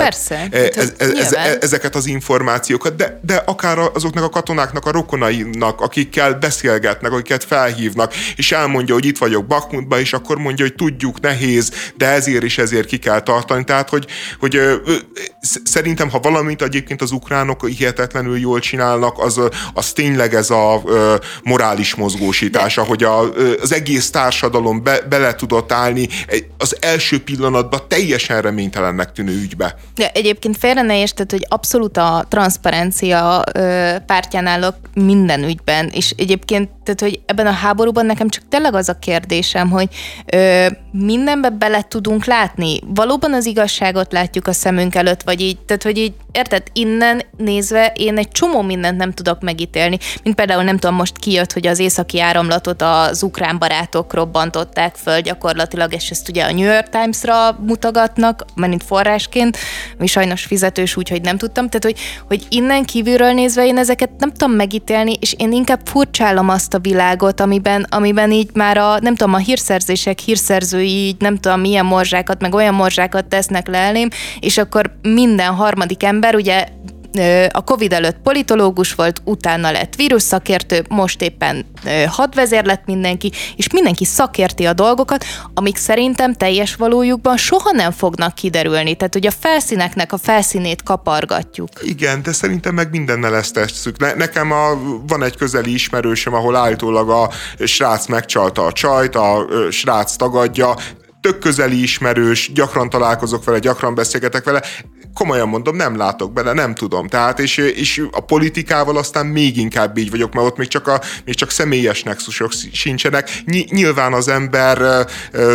ezeket az információkat, de akár azoknak a katonáknak, a rokonainak, akikkel beszélgetnek, akiket felhívnak, és elmondja, hogy itt vagyok Bakhmutban, és akkor mondja, hogy tudjuk, nehéz, de ezért és ezért ki kell tartani. Tehát, hogy szerintem, ha valamit egyébként az ukránok hihetetlenül jól csinálnak, az tényleg ez a morális mozgósítása, hogy az egész társadalom bele tudott állni az első pillanatban teljesen reménytelennek tűnő ügybe. De egyébként félre ne érted, hogy abszolút a transzparencia pártján állok minden ügyben, és egyébként, tehát, hogy ebben a háborúban nekem csak tényleg az a kérdésem, hogy mindenbe bele tudunk látni. Valóban az igazságot látjuk a szemünk előtt, vagy így, tehát, hogy így, érted, innen nézve én egy csomó mindent nem tudok megítélni, mint például nem tudom, most kijött, hogy az északi áramlatot az ukrán barátok robbantották föl gyakorlatilag, és ezt ugye a New York Times-ra mutogatnak, mint forrásként, ami sajnos fizetős, úgyhogy nem tudtam, tehát hogy innen kívülről nézve én ezeket nem tudom megítélni, és én inkább furcsálom azt a világot, amiben így már nem tudom, a hírszerzések hírszerzői így nem tudom milyen morzsákat, meg olyan morzsákat tesznek le elém, és akkor minden harmadik ember, ugye a Covid előtt politológus volt, utána lett vírusszakértő, most éppen hadvezér lett mindenki, és mindenki szakérti a dolgokat, amik szerintem teljes valójukban soha nem fognak kiderülni. Tehát, hogy a felszíneknek a felszínét kapargatjuk. Igen, de szerintem meg mindennel ezt tesszük. Nekem van egy közeli ismerősöm, ahol állítólag a srác megcsalta a csajt, a srác tagadja, tök közeli ismerős, gyakran találkozok vele, gyakran beszélgetek vele, komolyan mondom, nem látok bele, nem tudom. Tehát, és a politikával aztán még inkább így vagyok, mert ott még csak személyes nexusok sincsenek. Nyilván az ember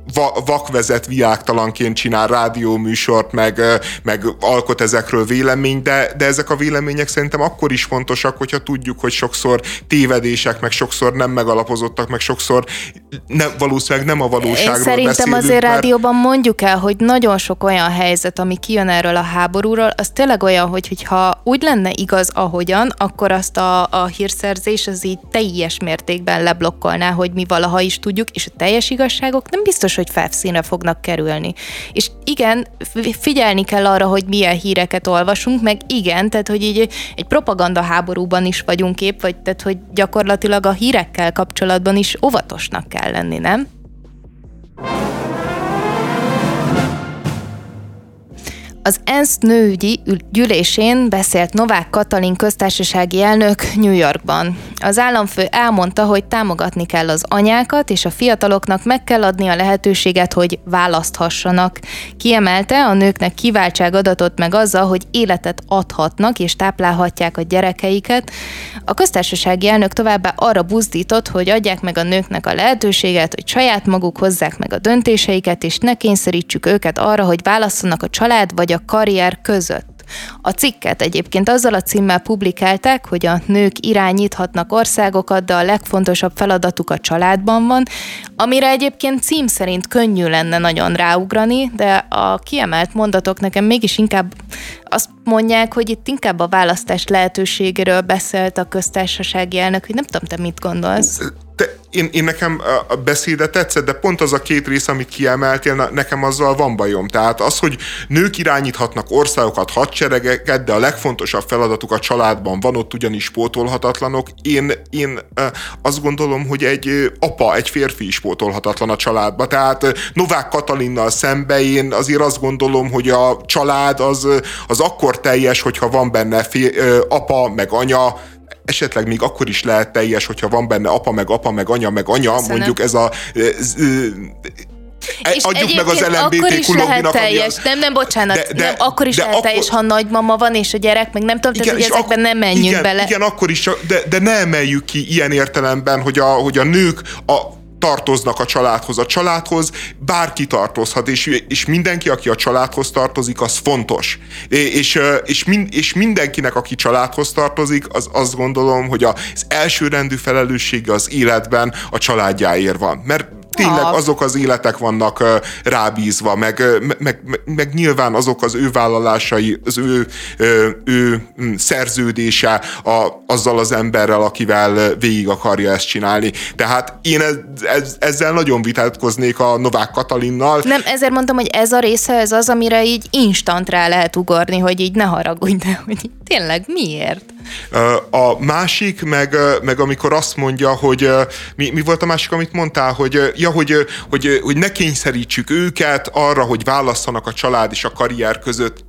vakvezet világtalanként csinál rádióműsort, meg alkot ezekről véleményt, de ezek a vélemények szerintem akkor is fontosak, hogyha tudjuk, hogy sokszor tévedések, meg sokszor nem megalapozottak, meg sokszor valószínűleg nem a valóságról beszélünk. Szerintem azért rádióban mondjuk el, hogy nagyon sok olyan helyzet, ami kijön erről a háborúról, az tényleg olyan, hogyha úgy lenne igaz, ahogyan, akkor azt a hírszerzés az így teljes mértékben leblokkolná, hogy mi valaha is tudjuk, és a teljes igazságok nem biztos, hogy felszínre fognak kerülni. És igen, figyelni kell arra, hogy milyen híreket olvasunk, meg igen, tehát hogy így egy propaganda háborúban is vagyunk épp, vagy tehát hogy gyakorlatilag a hírekkel kapcsolatban is óvatosnak kell lenni, nem? Az ENSZ nőügyi gyűlésén beszélt Novák Katalin köztársasági elnök New Yorkban. Az államfő elmondta, hogy támogatni kell az anyákat, és a fiataloknak meg kell adni a lehetőséget, hogy választhassanak. Kiemelte, a nőknek kiváltság adatot meg azzal, hogy életet adhatnak és táplálhatják a gyerekeiket. A köztársasági elnök továbbá arra buzdított, hogy adják meg a nőknek a lehetőséget, hogy saját maguk hozzák meg a döntéseiket, és ne kényszerítsük őket arra, hogy válasszanak a család vagy a karrier között. A cikket egyébként azzal a címmel publikálták, hogy a nők irányíthatnak országokat, de a legfontosabb feladatuk a családban van, amire egyébként cím szerint könnyű lenne nagyon ráugrani, de a kiemelt mondatok nekem mégis inkább azt mondják, hogy itt inkább a választás lehetőségéről beszélt a köztársasági elnök, hogy nem tudom, te mit gondolsz? Én nekem a beszéde tetszett, de pont az a két rész, amit kiemeltél, nekem azzal van bajom. Tehát az, hogy nők irányíthatnak országokat, hadseregeket, de a legfontosabb feladatuk a családban van, ott ugyanis pótolhatatlanok. Én azt gondolom, hogy egy férfi is pótolhatatlan a családba. Tehát Novák Katalinnal szemben én azért azt gondolom, hogy a család az akkor teljes, hogyha van benne apa, meg anya, esetleg még akkor is lehet teljes, hogyha van benne apa, meg anya, Köszönöm. mondjuk ez a... És adjuk meg az LMBTQ lobbynak, teljes. Nem, bocsánat, nem, akkor is lehet teljes, ha nagymama van, és a gyerek, meg nem tudom, igen, tehát, hogy ezekben nem menjünk bele. Igen, akkor is, de ne emeljük ki ilyen értelemben, hogy a nők tartoznak a családhoz bárki tartozhat, és mindenki, aki a családhoz tartozik, az fontos. És mindenkinek, aki családhoz tartozik, az azt gondolom, hogy az elsőrendű felelőssége az életben a családjáért van. Mert tényleg azok az életek vannak rábízva, meg nyilván azok az ő vállalásai, az ő szerződése azzal az emberrel, akivel végig akarja ezt csinálni. Tehát én ezzel nagyon vitatkoznék a Novák Katalinnal. Nem, ezért mondtam, hogy ez a része, ez az, amire így instant rá lehet ugorni, hogy így ne haragudj, de hogy tényleg miért? A másik, meg amikor azt mondja, hogy mi volt a másik, amit mondtál, hogy ne kényszerítsük őket arra, hogy válasszanak a család és a karrier között.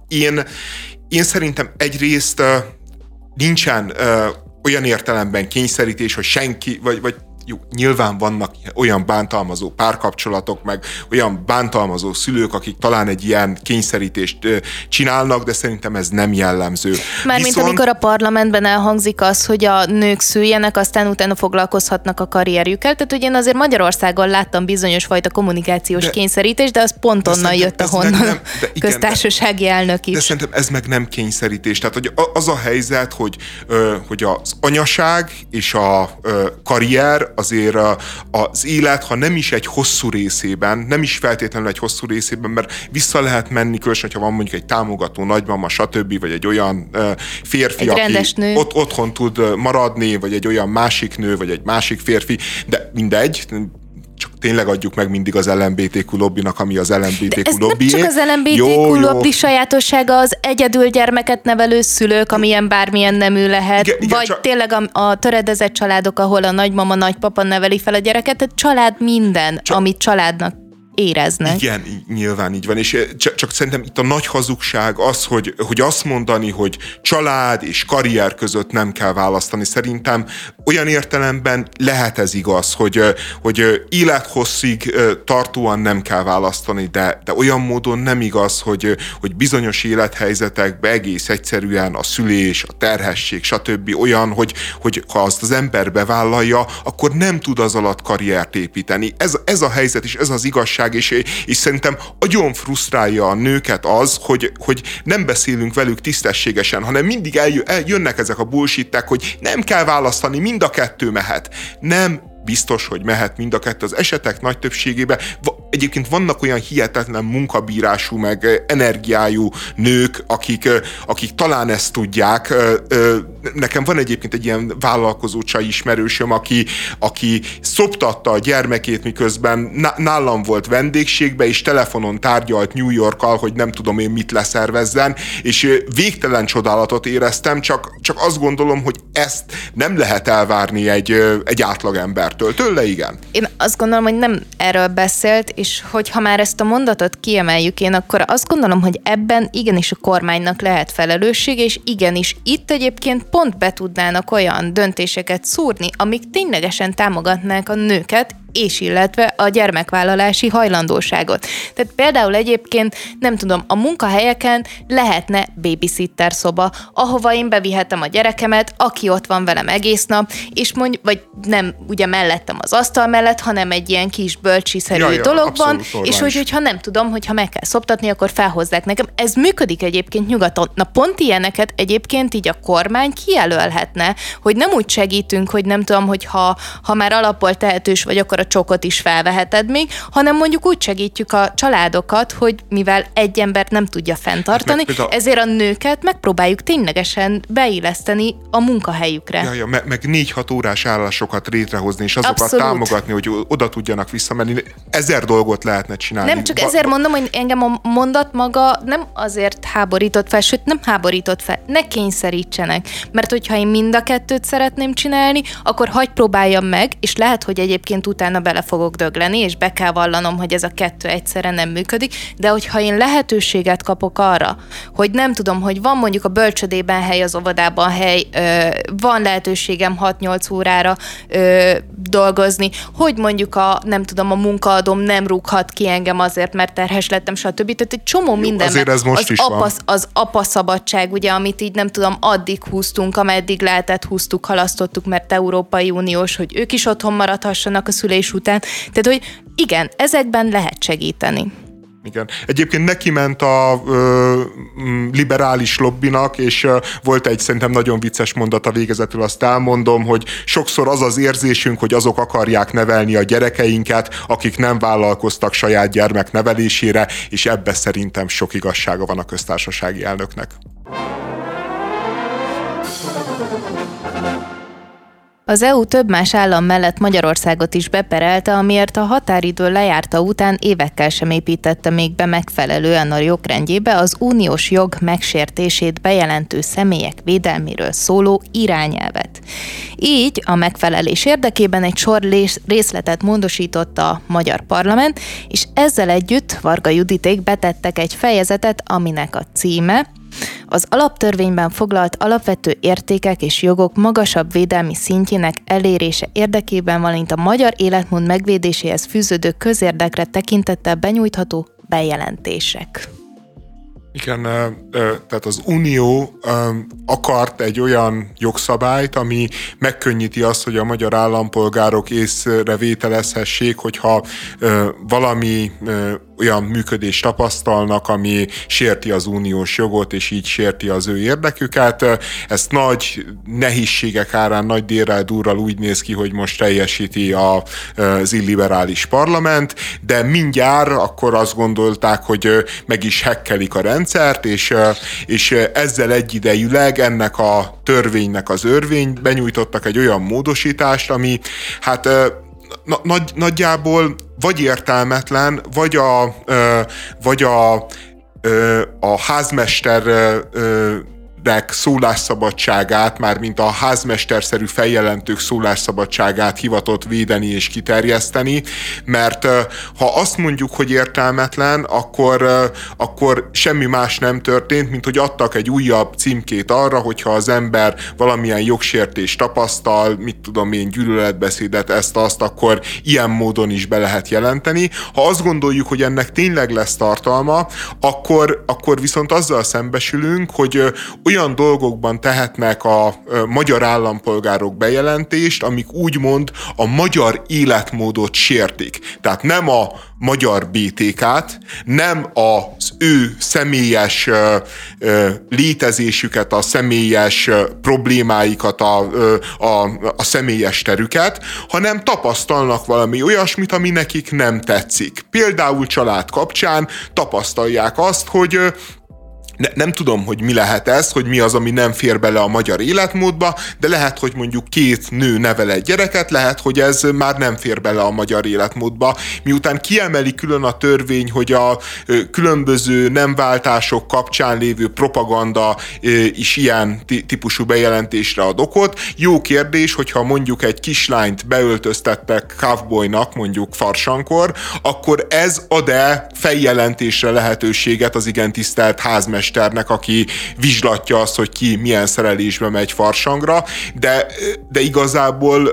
Én szerintem egyrészt nincsen olyan értelemben kényszerítés, hogy senki, vagy jó, nyilván vannak olyan bántalmazó párkapcsolatok, meg olyan bántalmazó szülők, akik talán egy ilyen kényszerítést csinálnak, de szerintem ez nem jellemző. Mármint amikor a parlamentben elhangzik az, hogy a nők szüljenek, aztán utána foglalkozhatnak a karrierjükkel. Tehát ugye én azért Magyarországon láttam bizonyos fajta kommunikációs kényszerítést, de az pont onnan jött, ahonnan köztársasági elnök is. De szerintem ez meg nem kényszerítés. Tehát hogy az a helyzet, hogy az anyaság és a karrier azért az élet, ha nem is egy hosszú részében, nem is feltétlenül egy hosszú részében, mert vissza lehet menni, különösen, hogyha van mondjuk egy támogató nagymama, stb., vagy egy olyan férfi, aki otthon tud maradni, vagy egy olyan másik nő, vagy egy másik férfi, de mindegy, csak tényleg adjuk meg mindig az LMBTQ lobbynak, ami az LMBTQ lobbyé. Nem csak az LMBTQ lobby sajátossága, az egyedül gyermeket nevelő szülők, amilyen bármilyen nemű lehet, igen, vagy tényleg a töredezett családok, ahol a nagymama, nagypapa neveli fel a gyereket, tehát család minden, amit családnak éreznek. Igen, nyilván így van, és csak szerintem itt a nagy hazugság az, hogy azt mondani, hogy család és karrier között nem kell választani. Szerintem olyan értelemben lehet ez igaz, hogy élethosszig tartóan nem kell választani, de olyan módon nem igaz, hogy bizonyos élethelyzetekben egész egyszerűen a szülés, a terhesség, stb. Olyan, hogy ha azt az ember bevállalja, akkor nem tud az alatt karriert építeni. Ez a helyzet, és ez az igazság, gazdaság, és szerintem nagyon frusztrálja a nőket az, hogy nem beszélünk velük tisztességesen, hanem mindig jönnek ezek a bullshittek, hogy nem kell választani, mind a kettő mehet. Nem biztos, hogy mehet mind a kettő. Az esetek nagy többségében egyébként vannak olyan hihetetlen munkabírású, meg energiájú nők, akik talán ezt tudják. Nekem van egyébként egy ilyen vállalkozó csaj ismerősöm, aki szoptatta a gyermekét, miközben nálam volt vendégségbe, és telefonon tárgyalt New Yorkkal, hogy nem tudom én mit leszervezzen, és végtelen csodálatot éreztem, csak azt gondolom, hogy ezt nem lehet elvárni egy átlagembertől. Tőle igen. Én azt gondolom, hogy nem erről beszélt, és hogyha már ezt a mondatot kiemeljük, én akkor azt gondolom, hogy ebben igenis a kormánynak lehet felelőssége, és igenis itt egyébként pont be tudnának olyan döntéseket szúrni, amik ténylegesen támogatnák a nőket, és illetve a gyermekvállalási hajlandóságot. Tehát például egyébként, nem tudom, a munkahelyeken lehetne babysitter szoba, ahova én bevihetem a gyerekemet, aki ott van velem egész nap, és vagy nem ugye mellettem az asztal mellett, hanem egy ilyen kis bölcsiszerű dologban, és hogyha nem tudom, hogyha meg kell szoptatni, akkor felhozzák nekem. Ez működik egyébként nyugaton. Na pont ilyeneket egyébként így a kormány kijelölhetne, hogy nem úgy segítünk, hogy nem tudom, hogy ha már alapból tehetős vagy, akkor a csokot is felveheted még, hanem mondjuk úgy segítjük a családokat, hogy mivel egy embert nem tudja fenntartani, ezért a nőket megpróbáljuk ténylegesen beilleszteni a munkahelyükre. Meg 4-6 órás állásokat létrehozni, és azokat abszolút támogatni, hogy oda tudjanak visszamenni. 1000 dolgot lehetne csinálni. Nem csak ezért mondom, hogy engem a mondat maga nem azért háborított fel, sőt nem háborított fel, ne kényszerítsenek. Mert hogyha én mind a kettőt szeretném csinálni, akkor hagyj próbáljam meg, és lehet, hogy egyébként utána bele fogok dögleni, és be kell vallanom, hogy ez a kettő egyszerre nem működik, de hogyha én lehetőséget kapok arra, hogy nem tudom, hogy van mondjuk a bölcsödében hely, az óvodában hely, van lehetőségem 6-8 órára dolgozni, hogy mondjuk a munkaadóm nem rúghat ki engem azért, mert terhes lettem, stb. Tehát egy csomó minden. Azért ez most az apa szabadság, ugye, amit így nem tudom, addig húztunk, ameddig lehetett, húztuk, halasztottuk, mert Európai Uniós, hogy ők is otthon maradhassanak a szülés után. Tehát, hogy igen, ezekben lehet segíteni. Igen. Egyébként neki ment a liberális lobbinak, és volt egy szerintem nagyon vicces mondata végezetül, azt elmondom, hogy sokszor az az érzésünk, hogy azok akarják nevelni a gyerekeinket, akik nem vállalkoztak saját gyermek nevelésére, és ebbe szerintem sok igazsága van a köztársasági elnöknek. Az EU több más állam mellett Magyarországot is beperelte, amiért a határidő lejárta után évekkel sem építette még be megfelelően a jogrendjébe az uniós jog megsértését bejelentő személyek védelméről szóló irányelvet. Így a megfelelés érdekében egy sor részletet módosított a magyar parlament, és ezzel együtt Varga Juditék betettek egy fejezetet, aminek a címe: az alaptörvényben foglalt alapvető értékek és jogok magasabb védelmi szintjének elérése érdekében, valamint a magyar életmód megvédéséhez fűződő közérdekre tekintettel benyújtható bejelentések. Igen, tehát az Unió akart egy olyan jogszabályt, ami megkönnyíti azt, hogy a magyar állampolgárok észrevételezhessék, hogyha valami olyan működést tapasztalnak, ami sérti az uniós jogot, és így sérti az ő érdeküket. Ezt nagy nehézségek árán, nagy dérrel, durral úgy néz ki, hogy most teljesíti az illiberális parlament, de mindjárt akkor azt gondolták, hogy meg is hekkelik a rendszert, és ezzel egyidejűleg ennek a törvénynek az benyújtottak egy olyan módosítást, ami hát nagyjából vagy értelmetlen, vagy a házmester szólásszabadságát, mármint a házmesterszerű feljelentők szólásszabadságát hivatott védeni és kiterjeszteni, mert ha azt mondjuk, hogy értelmetlen, akkor semmi más nem történt, mint hogy adtak egy újabb címkét arra, hogyha az ember valamilyen jogsértést tapasztal, mit tudom én, gyűlöletbeszédet, ezt-azt, akkor ilyen módon is be lehet jelenteni. Ha azt gondoljuk, hogy ennek tényleg lesz tartalma, akkor viszont azzal szembesülünk, hogy olyan dolgokban tehetnek a magyar állampolgárok bejelentést, amik úgymond a magyar életmódot sértik. Tehát nem a magyar BTK-t, nem az ő személyes létezésüket, a személyes problémáikat, a személyes terüket, hanem tapasztalnak valami olyasmit, ami nekik nem tetszik. Például család kapcsán tapasztalják azt, hogy nem tudom, hogy mi lehet ez, hogy mi az, ami nem fér bele a magyar életmódba, de lehet, hogy mondjuk 2 nő nevel egy gyereket, lehet, hogy ez már nem fér bele a magyar életmódba. Miután kiemeli külön a törvény, hogy a különböző nemváltások kapcsán lévő propaganda is ilyen típusú bejelentésre ad okot. Jó kérdés, hogyha mondjuk egy kislányt beöltöztettek cowboynak, mondjuk farsankor, akkor ez ad-e feljelentésre lehetőséget az igen tisztelt házmesternek, aki vizslatja azt, hogy ki milyen szerelésbe megy farsangra, de igazából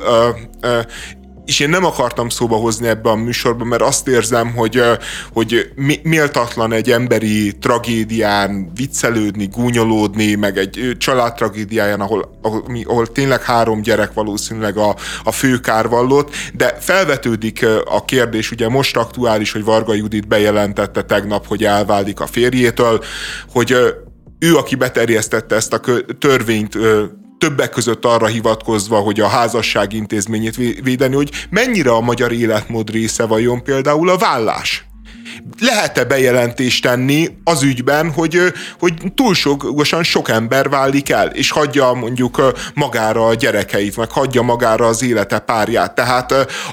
és én nem akartam szóba hozni ebbe a műsorba, mert azt érzem, hogy méltatlan egy emberi tragédián viccelődni, gúnyolódni, meg egy családtragédiáján, ahol tényleg 3 gyerek valószínűleg a fő kárvallott, de felvetődik a kérdés, ugye most aktuális, hogy Varga Judit bejelentette tegnap, hogy elválik a férjétől, hogy ő, aki beterjesztette ezt a törvényt, többek között arra hivatkozva, hogy a házasság intézményét védeni, hogy mennyire a magyar életmód része vajon például a vállás. Lehet-e bejelentést tenni az ügyben, hogy túlságosan sok ember válik el, és hagyja mondjuk magára a gyerekeit, meg hagyja magára az élete párját. Tehát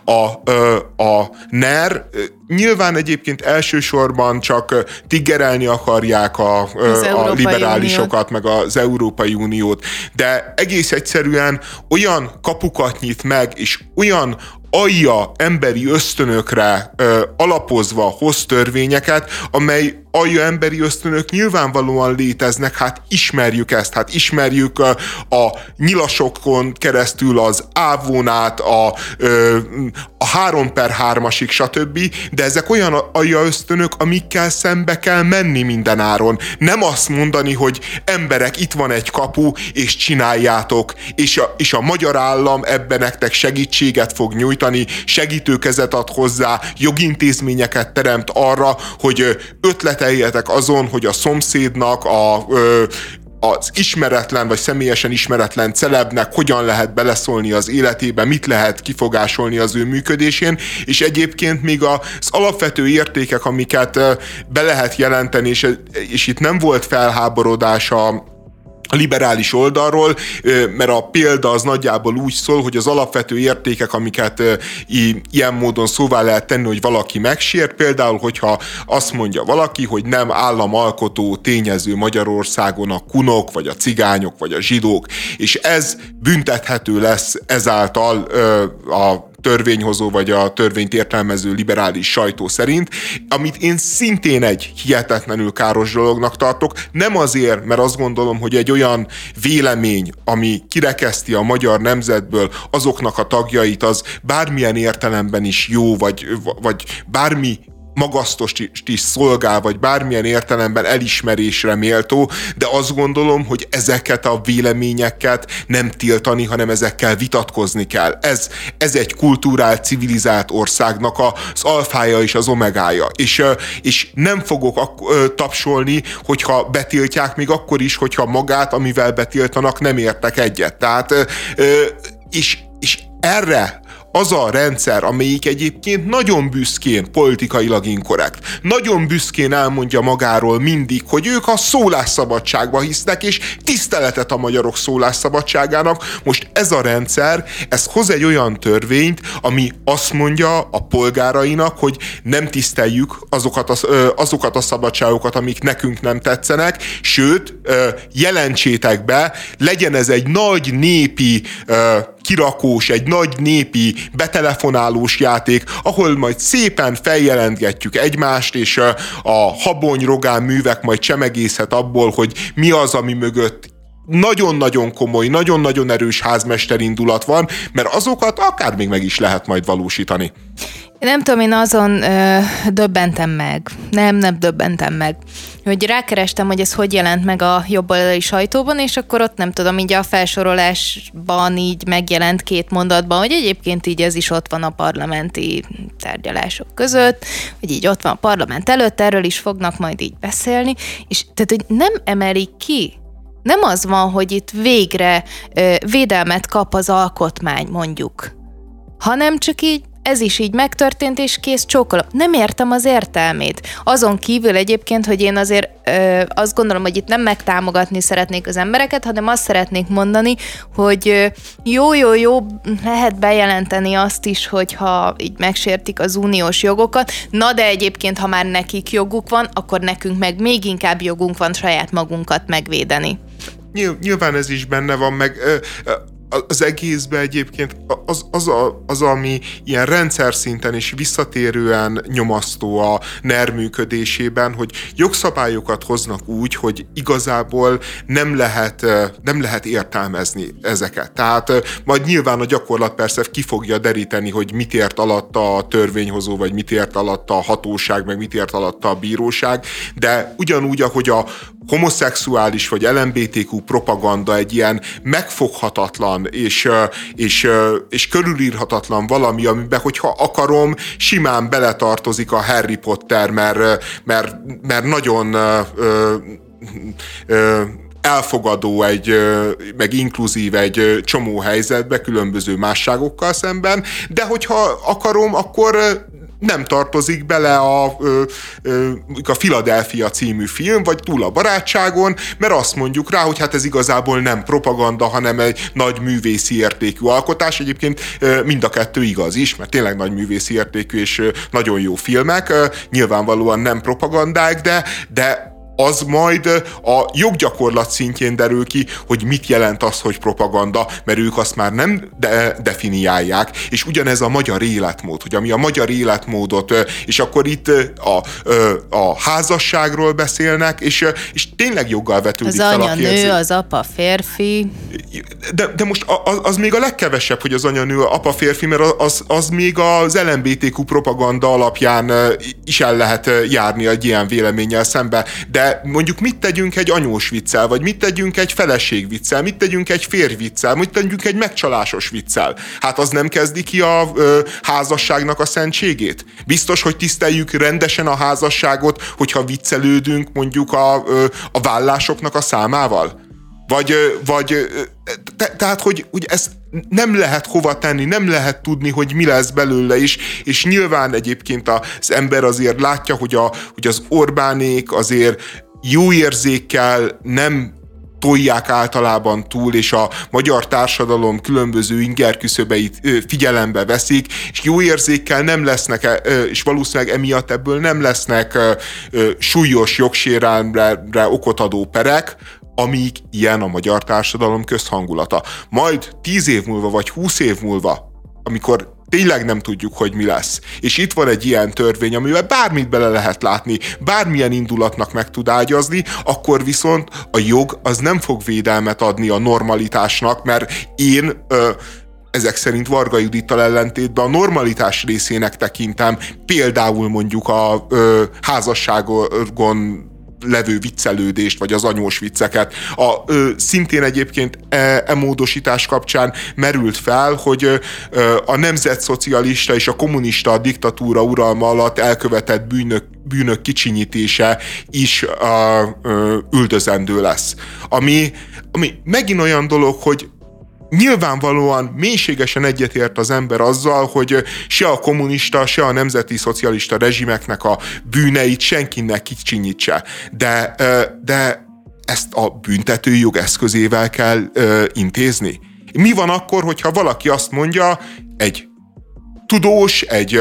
a NER nyilván egyébként elsősorban csak tiggerelni akarják a liberálisokat, meg az Európai Uniót, de egész egyszerűen olyan kapukat nyit meg, és olyan alja emberi ösztönökre alapozva hoz törvényeket, amely alja emberi ösztönök nyilvánvalóan léteznek, hát ismerjük ezt, hát ismerjük a nyilasokon keresztül az ávónát, a 3/3-asig, stb., de ezek olyan alja ösztönök, amikkel szembe kell menni mindenáron. Nem azt mondani, hogy emberek, itt van egy kapu, és csináljátok, és a magyar állam ebben nektek segítséget fog nyújtani, segítőkezet ad hozzá, jogintézményeket teremt arra, hogy ötleteljetek azon, hogy a szomszédnak, az ismeretlen vagy személyesen ismeretlen celebnek hogyan lehet beleszólni az életébe, mit lehet kifogásolni az ő működésén, és egyébként még az alapvető értékek, amiket be lehet jelenteni, és itt nem volt felháborodás a liberális oldalról, mert a példa az nagyjából úgy szól, hogy az alapvető értékek, amiket ilyen módon szóvá lehet tenni, hogy valaki megsért, például, hogyha azt mondja valaki, hogy nem államalkotó tényező Magyarországon a kunok, vagy a cigányok, vagy a zsidók, és ez büntethető lesz ezáltal a törvényhozó vagy a törvényt értelmező liberális sajtó szerint, amit én szintén egy hihetetlenül káros dolognak tartok, nem azért, mert azt gondolom, hogy egy olyan vélemény, ami kirekeszti a magyar nemzetből azoknak a tagjait, az bármilyen értelemben is jó, vagy bármi magasztost is szolgál, vagy bármilyen értelemben elismerésre méltó, de azt gondolom, hogy ezeket a véleményeket nem tiltani, hanem ezekkel vitatkozni kell. Ez egy kulturált, civilizált országnak az alfája és az omegája. És nem fogok tapsolni, hogyha betiltják, még akkor is, hogyha magát, amivel betiltanak, nem értek egyet. Tehát, és erre az a rendszer, amelyik egyébként nagyon büszkén politikailag inkorrekt, nagyon büszkén elmondja magáról mindig, hogy ők a szólásszabadságba hisznek, és tiszteletet a magyarok szólásszabadságának. Most ez a rendszer, ez hoz egy olyan törvényt, ami azt mondja a polgárainak, hogy nem tiszteljük azokat a szabadságokat, amik nekünk nem tetszenek, sőt, jelentsétek be, legyen ez egy nagy népi kirakós, egy nagy népi betelefonálós játék, ahol majd szépen feljelentgetjük egymást, és a Habony Rogán művek majd csemegészhet abból, hogy mi az, ami mögött nagyon-nagyon komoly, nagyon-nagyon erős házmesterindulat van, mert azokat akár még meg is lehet majd valósítani. Nem tudom, én azon döbbentem meg. Nem döbbentem meg. Hogy rákerestem, hogy ez hogy jelent meg a jobboldali sajtóban, és akkor ott nem tudom, így a felsorolásban így megjelent 2 mondatban, hogy egyébként így ez is ott van a parlamenti tárgyalások között, hogy így ott van a parlament előtt, erről is fognak majd így beszélni, és tehát, hogy nem emelik ki. Nem az van, hogy itt végre védelmet kap az alkotmány, mondjuk, hanem csak így ez is így megtörtént, és kész, csókolom. Nem értem az értelmét. Azon kívül egyébként, hogy én azért azt gondolom, hogy itt nem megtámogatni szeretnék az embereket, hanem azt szeretnék mondani, hogy jó, lehet bejelenteni azt is, hogyha így megsértik az uniós jogokat, na de egyébként, ha már nekik joguk van, akkor nekünk meg még inkább jogunk van saját magunkat megvédeni. Nyilván ez is benne van, meg az egészben egyébként az, ami ilyen rendszer szinten és visszatérően nyomasztó a NER működésében, hogy jogszabályokat hoznak úgy, hogy igazából nem lehet értelmezni ezeket. Tehát majd nyilván a gyakorlat persze ki fogja deríteni, hogy mit ért alatta a törvényhozó, vagy mit ért alatta a hatóság, meg mit ért alatta a bíróság, de ugyanúgy, ahogy a homoszexuális vagy LMBTQ propaganda egy ilyen megfoghatatlan és körülírhatatlan valami, amiben, hogyha akarom, simán beletartozik a Harry Potter, mert nagyon elfogadó meg inkluzív egy csomó helyzetbe, különböző másságokkal szemben, de hogyha akarom, akkor nem tartozik bele a Philadelphia című film, vagy Túl a barátságon, mert azt mondjuk rá, hogy hát ez igazából nem propaganda, hanem egy nagy művészi értékű alkotás. Egyébként mind a kettő igaz is, mert tényleg nagy művészi értékű és nagyon jó filmek, nyilvánvalóan nem propagandák, de az majd a joggyakorlat szintjén derül ki, hogy mit jelent az, hogy propaganda, mert ők azt már nem definiálják, és ugyanez a magyar életmód, hogy ami a magyar életmódot, és akkor itt a házasságról beszélnek, és tényleg joggal vetődik fel a kérdés. Az anya nő, az apa férfi. De most az még a legkevesebb, hogy az anya nő, apa férfi, mert az még az LMBTQ propaganda alapján is el lehet járni egy ilyen véleménnyel szembe, de mondjuk mit tegyünk egy anyós viccel, vagy mit tegyünk egy feleség viccel, mit tegyünk egy férj viccel, mit tegyünk egy megcsalásos viccel. Hát az nem kezdi ki a házasságnak a szentségét? Biztos, hogy tiszteljük rendesen a házasságot, hogyha viccelődünk mondjuk a vállásoknak a számával? Tehát, hogy ezt nem lehet hova tenni, nem lehet tudni, hogy mi lesz belőle is, és nyilván egyébként az ember azért látja, hogy az Orbánék azért jó érzékkel nem tolják általában túl, és a magyar társadalom különböző ingerküszöbeit figyelembe veszik, és jó érzékkel nem lesznek, és valószínűleg emiatt ebből nem lesznek súlyos jogsérelmre okot adó perek, amíg ilyen a magyar társadalom közhangulata. Majd 10 év múlva, vagy 20 év múlva, amikor tényleg nem tudjuk, hogy mi lesz, és itt van egy ilyen törvény, amivel bármit bele lehet látni, bármilyen indulatnak meg tud ágyazni, akkor viszont a jog az nem fog védelmet adni a normalitásnak, mert én ezek szerint Varga Judittal ellentétben a normalitás részének tekintem például mondjuk a házasságon levő viccelődést, vagy az anyós vicceket. Szintén egyébként módosítás kapcsán merült fel, hogy a nemzetszocialista és a kommunista diktatúra uralma alatt elkövetett bűnök kicsinyítése is üldözendő lesz. Ami megint olyan dolog, hogy nyilvánvalóan mélységesen egyetért az ember azzal, hogy se a kommunista, se a nemzeti szocialista rezsimeknek a bűneit senkinek kicsinyítse. De ezt a büntetőjog eszközével kell intézni. Mi van akkor, hogyha valaki azt mondja, egy tudós, egy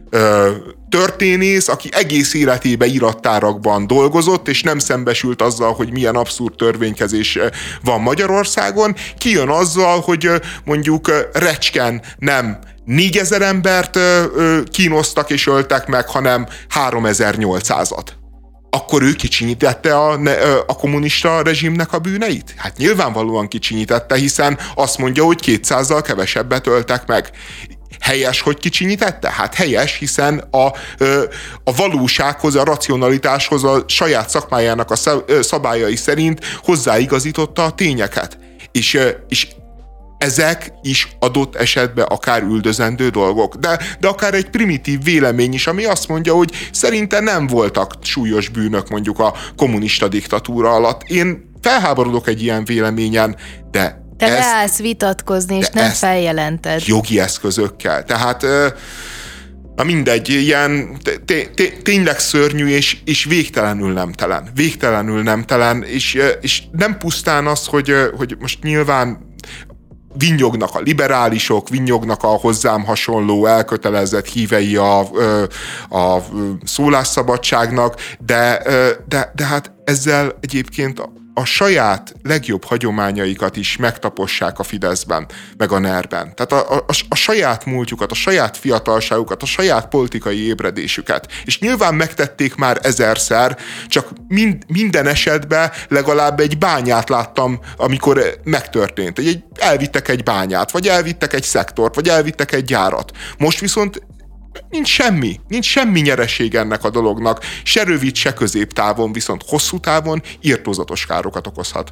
történész, aki egész életében irattárakban dolgozott, és nem szembesült azzal, hogy milyen abszurd törvénykezés van Magyarországon, kijön azzal, hogy mondjuk Recsken nem 4000 embert kínoztak és öltek meg, hanem 3800-at. Akkor ő kicsinyítette a kommunista rezsimnek a bűneit? Hát nyilvánvalóan kicsinyítette, hiszen azt mondja, hogy 200-zal kevesebbet öltek meg. Helyes, hogy kicsinyítette? Hát helyes, hiszen a valósághoz, a racionalitáshoz, a saját szakmájának a szabályai szerint hozzáigazította a tényeket. És ezek is adott esetben akár üldözendő dolgok, de akár egy primitív vélemény is, ami azt mondja, hogy szerinte nem voltak súlyos bűnök mondjuk a kommunista diktatúra alatt. Én felháborodok egy ilyen véleményen, de te leállsz vitatkozni, és nem feljelented. Jogi eszközökkel. Tehát na mindegy, ilyen tényleg szörnyű, és végtelenül nemtelen. Végtelenül nemtelen, és nem pusztán az, hogy most nyilván vinnyognak a liberálisok, vinnyognak a hozzám hasonló elkötelezett hívei a szólásszabadságnak, de hát ezzel egyébként a saját legjobb hagyományaikat is megtapossák a Fideszben, meg a NER-ben. Tehát a saját múltjukat, a saját fiatalságukat, a saját politikai ébredésüket. És nyilván megtették már ezerszer, csak minden esetben legalább egy bányát láttam, amikor megtörtént. Elvittek egy bányát, vagy elvittek egy szektort, vagy elvittek egy gyárat. Most viszont nincs semmi nyereség ennek a dolognak, se rövid, se középtávon, viszont hosszú távon irtózatos károkat okozhat.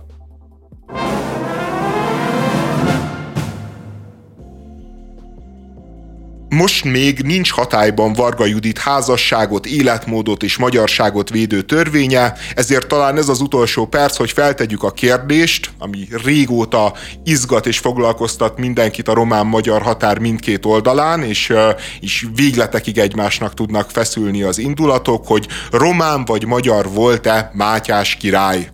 Most még nincs hatályban Varga Judit házasságot, életmódot és magyarságot védő törvénye, ezért talán ez az utolsó perc, hogy feltegyük a kérdést, ami régóta izgat és foglalkoztat mindenkit a román-magyar határ mindkét oldalán, és végletekig egymásnak tudnak feszülni az indulatok, hogy román vagy magyar volt-e Mátyás király.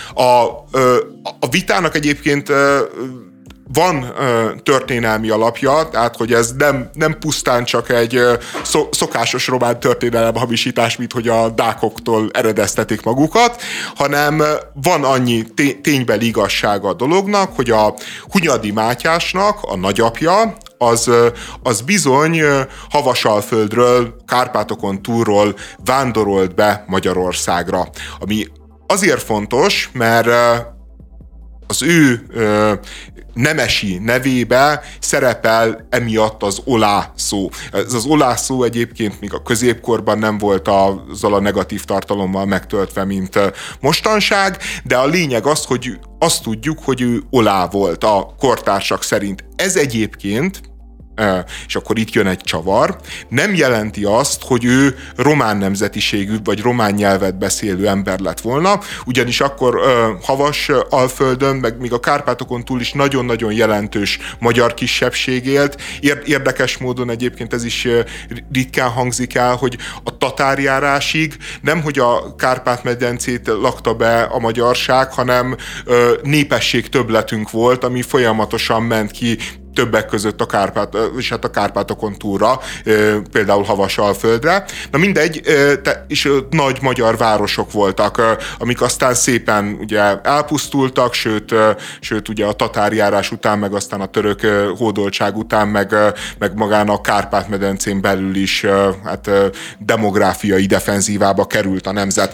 A vitának egyébként van történelmi alapja, tehát hogy ez nem pusztán csak egy szokásos román történelem hamisítás, mint hogy a dákoktól eredeztetik magukat, hanem van annyi ténybeli igazsága a dolognak, hogy a Hunyadi Mátyásnak a nagyapja, az bizony Havasalföldről, Kárpátokon túlról vándorolt be Magyarországra. Ami azért fontos, mert az ő nemesi nevébe szerepel emiatt az olá szó. Ez az olá szó egyébként még a középkorban nem volt azzal a negatív tartalommal megtöltve, mint mostanság, de a lényeg az, hogy azt tudjuk, hogy ő olá volt a kortársak szerint. Ez egyébként, és akkor itt jön egy csavar, nem jelenti azt, hogy ő román nemzetiségű vagy román nyelvet beszélő ember lett volna, ugyanis akkor Havasalföldön, meg még a Kárpátokon túl is nagyon-nagyon jelentős magyar kisebbség élt. Érdekes módon egyébként ez is ritkán hangzik el, hogy a tatárjárásig nemhogy a Kárpát-medencét lakta be a magyarság, hanem népesség többletünk volt, ami folyamatosan ment ki többek között a Kárpátokon túlra, például Havasalföldre. Na mindegy, és nagy magyar városok voltak, amik aztán szépen ugye elpusztultak, sőt ugye a tatárjárás után, meg aztán a török hódoltság után, meg magán a Kárpát-medencén belül is demográfiai defenzívába került a nemzet.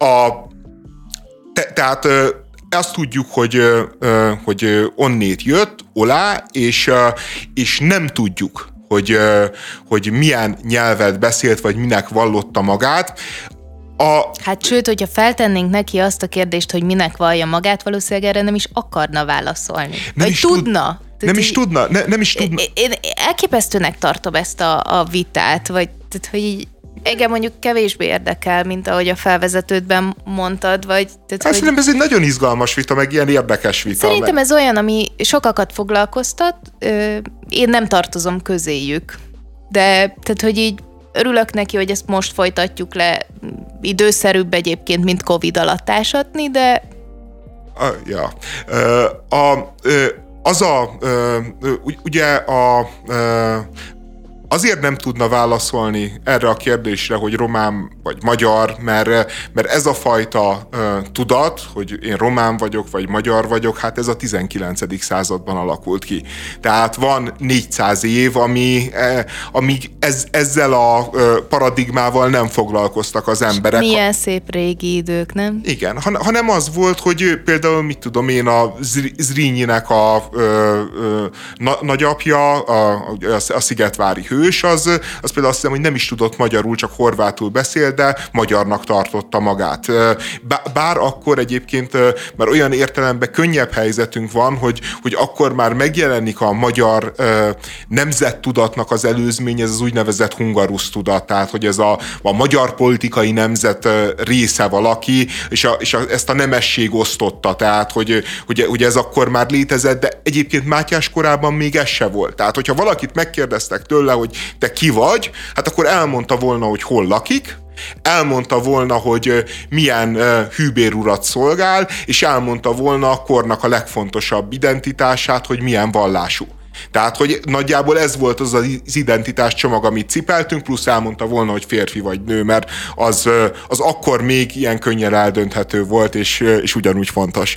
Tehát azt tudjuk, hogy onnét jött, olá, és nem tudjuk, hogy milyen nyelvet beszélt, vagy minek vallotta magát. Hát sőt, hogyha feltennénk neki azt a kérdést, hogy minek vallja magát, valószínűleg erre nem is akarna válaszolni. Nem is tudna. Nem is tudna. Én elképesztőnek tartom ezt a vitát, vagy tehát, hogy így engem mondjuk kevésbé érdekel, mint ahogy a felvezetődben mondtad, vagy... Szerintem ez egy nagyon izgalmas vita, meg ilyen érdekes vita. Szerintem ez olyan, ami sokakat foglalkoztat, én nem tartozom közéjük, de tehát, hogy így örülök neki, hogy ezt most folytatjuk le, időszerűbb egyébként, mint Covid alatt ásatni, de... azért nem tudna válaszolni erre a kérdésre, hogy román vagy magyar, mert ez a fajta tudat, hogy én román vagyok, vagy magyar vagyok, hát ez a 19. században alakult ki. Tehát van 400 év, amíg ezzel a paradigmával nem foglalkoztak az emberek. Milyen szép régi idők, nem? Igen, hanem az volt, hogy például, mit tudom én, a Zrínyinek a nagyapja, a szigetvári hős, az például azt hiszem, hogy nem is tudott magyarul, csak horvátul beszél, de magyarnak tartotta magát. Bár akkor egyébként már olyan értelemben könnyebb helyzetünk van, hogy akkor már megjelenik a magyar nemzettudatnak az előzmény, ez az úgynevezett hungarus tudat, tehát hogy ez a magyar politikai nemzet része valaki, és ezt a nemesség osztotta, tehát hogy ez akkor már létezett, de egyébként Mátyás korában még ez se volt. Tehát, hogyha valakit megkérdeztek tőle, hogy te ki vagy, hát akkor elmondta volna, hogy hol lakik, elmondta volna, hogy milyen hűbérurat szolgál, és elmondta volna a kornak a legfontosabb identitását, hogy milyen vallású. Tehát, hogy nagyjából ez volt az identitás csomag, amit cipeltünk, plusz elmondta volna, hogy férfi vagy nő, mert az akkor még ilyen könnyen eldönthető volt, és ugyanúgy fontos.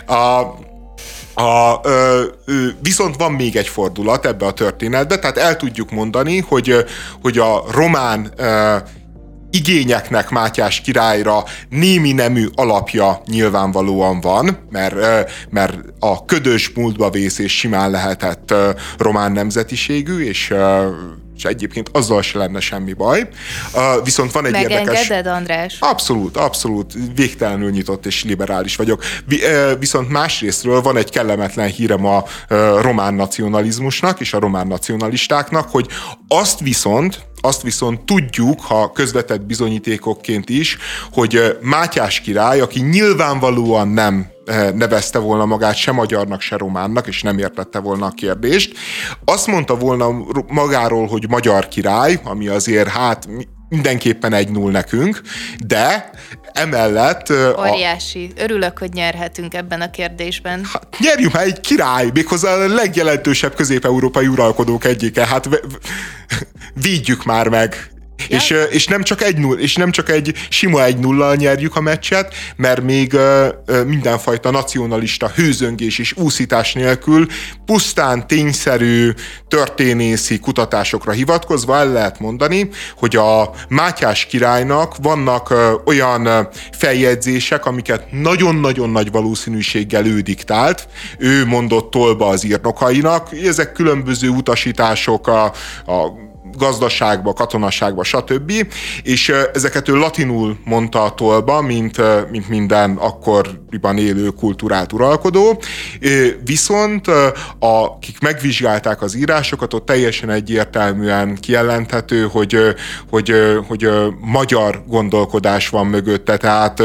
Viszont van még egy fordulat ebbe a történetbe, tehát el tudjuk mondani, hogy a román igényeknek Mátyás királyra némi nemű alapja nyilvánvalóan van, mert a ködös múltba vész és simán lehetett román nemzetiségű, és egyébként azzal se lenne semmi baj. Viszont van egy Megengeded, András? Abszolút. Végtelenül nyitott és liberális vagyok. Viszont másrésztről van egy kellemetlen hírem a román nacionalizmusnak és a román nacionalistáknak, hogy azt viszont tudjuk, ha közvetett bizonyítékokként is, hogy Mátyás király, aki nyilvánvalóan nem nevezte volna magát se magyarnak, se románnak, és nem értette volna a kérdést, azt mondta volna magáról, hogy magyar király, ami azért mindenképpen 1-0 nekünk, de emellett... Óriási. Örülök, hogy nyerhetünk ebben a kérdésben. Nyerjünk már egy király, méghozzá a legjelentősebb közép-európai uralkodók egyike. Hát védjük már meg. Ja. És nem csak egy sima 1-0-al nyerjük a meccset, mert még mindenfajta nacionalista hőzöngés és úszítás nélkül pusztán tényszerű történészi kutatásokra hivatkozva el lehet mondani, hogy a Mátyás királynak vannak olyan feljegyzések, amiket nagyon-nagyon nagy valószínűséggel ő diktált, ő mondott tolba az írnokainak, ezek különböző utasítások a gazdaságba, katonaságba, stb. És ezeket ő latinul mondta a tolba, mint minden akkoriban élő kulturált uralkodó. Viszont akik megvizsgálták az írásokat, ott teljesen egyértelműen kijelenthető, hogy magyar gondolkodás van mögötte, tehát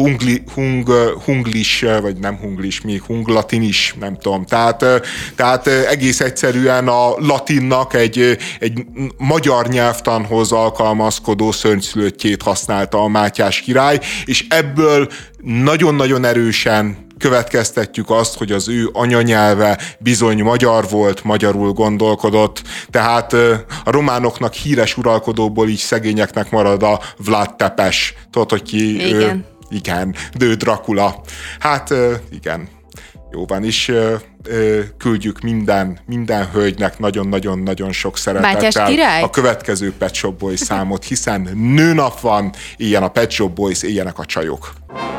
hunglis, vagy nem hunglis, még hunglatinis, nem tudom. Tehát egész egyszerűen a latinnak egy magyar nyelvtanhoz alkalmazkodó szörnyszülöttjét használta a Mátyás király, és ebből nagyon-nagyon erősen következtetjük azt, hogy az ő anyanyelve bizony magyar volt, magyarul gondolkodott, tehát a románoknak híres uralkodóból így szegényeknek marad a Vlad Tepes. Tudod, hogy ki? Igen. Igen, ő Dracula. Hát igen. Jó van, és küldjük minden hölgynek nagyon-nagyon-nagyon sok szeretettel a következő Pet Shop Boys számot, hiszen nőnap van, éljen a Pet Shop Boys, éljenek a csajok.